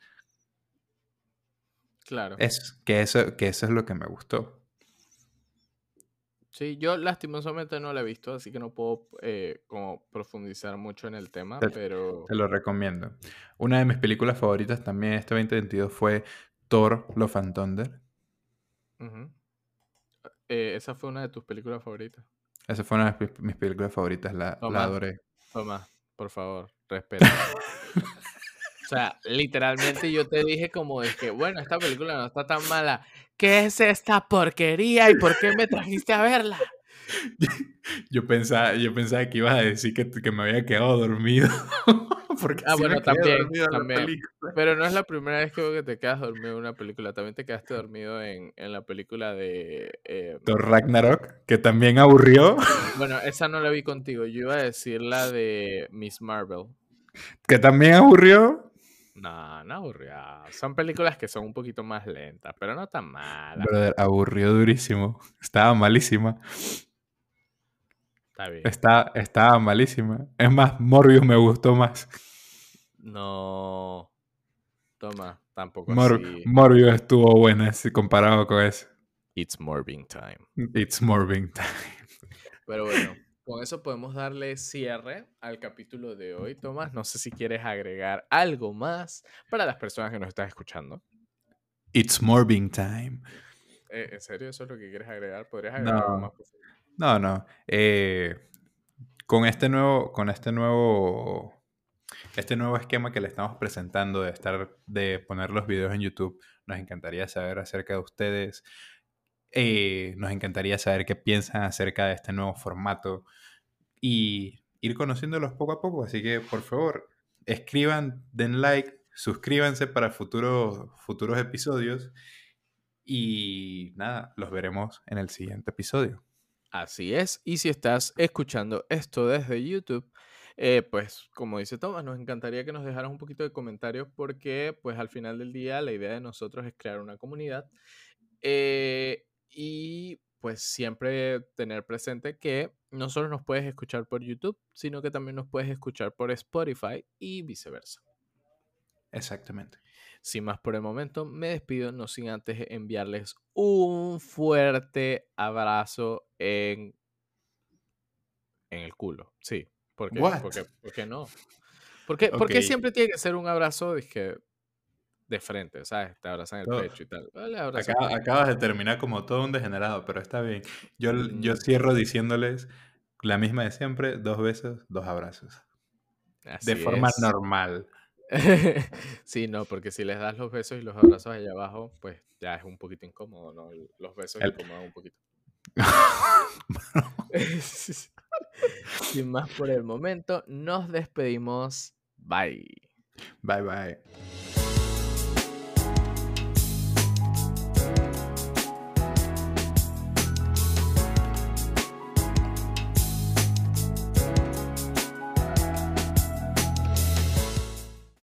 Claro. Es que eso, que eso es lo que me gustó. Sí, yo lastimosamente no la he visto, así que no puedo eh, como profundizar mucho en el tema, Te, pero te lo recomiendo. Una de mis películas favoritas también este veinte veintidós fue Thor, Love and Thunder. ujú. Eh, esa fue una de tus películas favoritas. Esa fue una de mis mis películas favoritas, la, la Toma, adoré. toma, por favor, respeta. O sea, literalmente yo te dije como de que, bueno, esta película no está tan mala. ¿Qué es esta porquería y por qué me trajiste a verla? Yo pensaba, yo pensaba que ibas a decir que, que me había quedado dormido. Porque Ah, sí me bueno, quedé también, dormido en la también. película. Pero no es la primera vez que veo que te quedas dormido en una película. También te quedaste dormido en, en la película de... eh, Thor Ragnarok, que también aburrió. bueno, esa no la vi contigo. Yo iba a decir la de Miss Marvel. Que también aburrió. No, no aburrida. Son películas que son un poquito más lentas, pero no tan malas. Brother, aburrió durísimo. Estaba malísima. Está bien. Está, estaba malísima. Es más, Morbius me gustó más. No, toma, tampoco Mor- así. Morbius estuvo buena si comparado con eso. It's Morbing time. It's Morbing time. Pero bueno, con eso podemos darle cierre al capítulo de hoy, Tomás. No sé si quieres agregar algo más para las personas que nos están escuchando. It's Morbing time. Eh, ¿En serio eso es lo que quieres agregar? ¿Podrías agregar algo No, más? Por favor? no, no. Eh, con este nuevo, con este nuevo, este nuevo esquema que le estamos presentando de estar, de poner los videos en YouTube, nos encantaría saber acerca de ustedes. Eh, nos encantaría saber qué piensan acerca de este nuevo formato y ir conociéndolos poco a poco. Así que, por favor, escriban, den like, suscríbanse para futuros, futuros episodios y nada, los veremos en el siguiente episodio. Así es, y si estás escuchando esto desde YouTube, eh, pues como dice Tomás, nos encantaría que nos dejaras un poquito de comentarios porque pues al final del día la idea de nosotros es crear una comunidad eh, y pues siempre tener presente que no solo nos puedes escuchar por YouTube, sino que también nos puedes escuchar por Spotify y viceversa. Exactamente. Sin más por el momento, me despido, no sin antes enviarles un fuerte abrazo en, en el culo. Sí, porque, What? porque, ¿por qué no? Porque, Ok. porque siempre tiene que ser un abrazo dije, de frente, ¿sabes? Te abrazan el Todo- pecho y tal. Vale, abrazo el acaba- culo. acabas de terminar como todo un degenerado, pero está bien. Yo, yo Mm, cierro diciéndoles la misma de siempre, dos besos, dos abrazos. De así forma es. normal. Sí, no, porque si les das los besos y los abrazos allá abajo, pues ya es un poquito incómodo, ¿no? Los besos El- incomodan un poquito. Sin más por el momento, nos despedimos. Bye. Bye bye.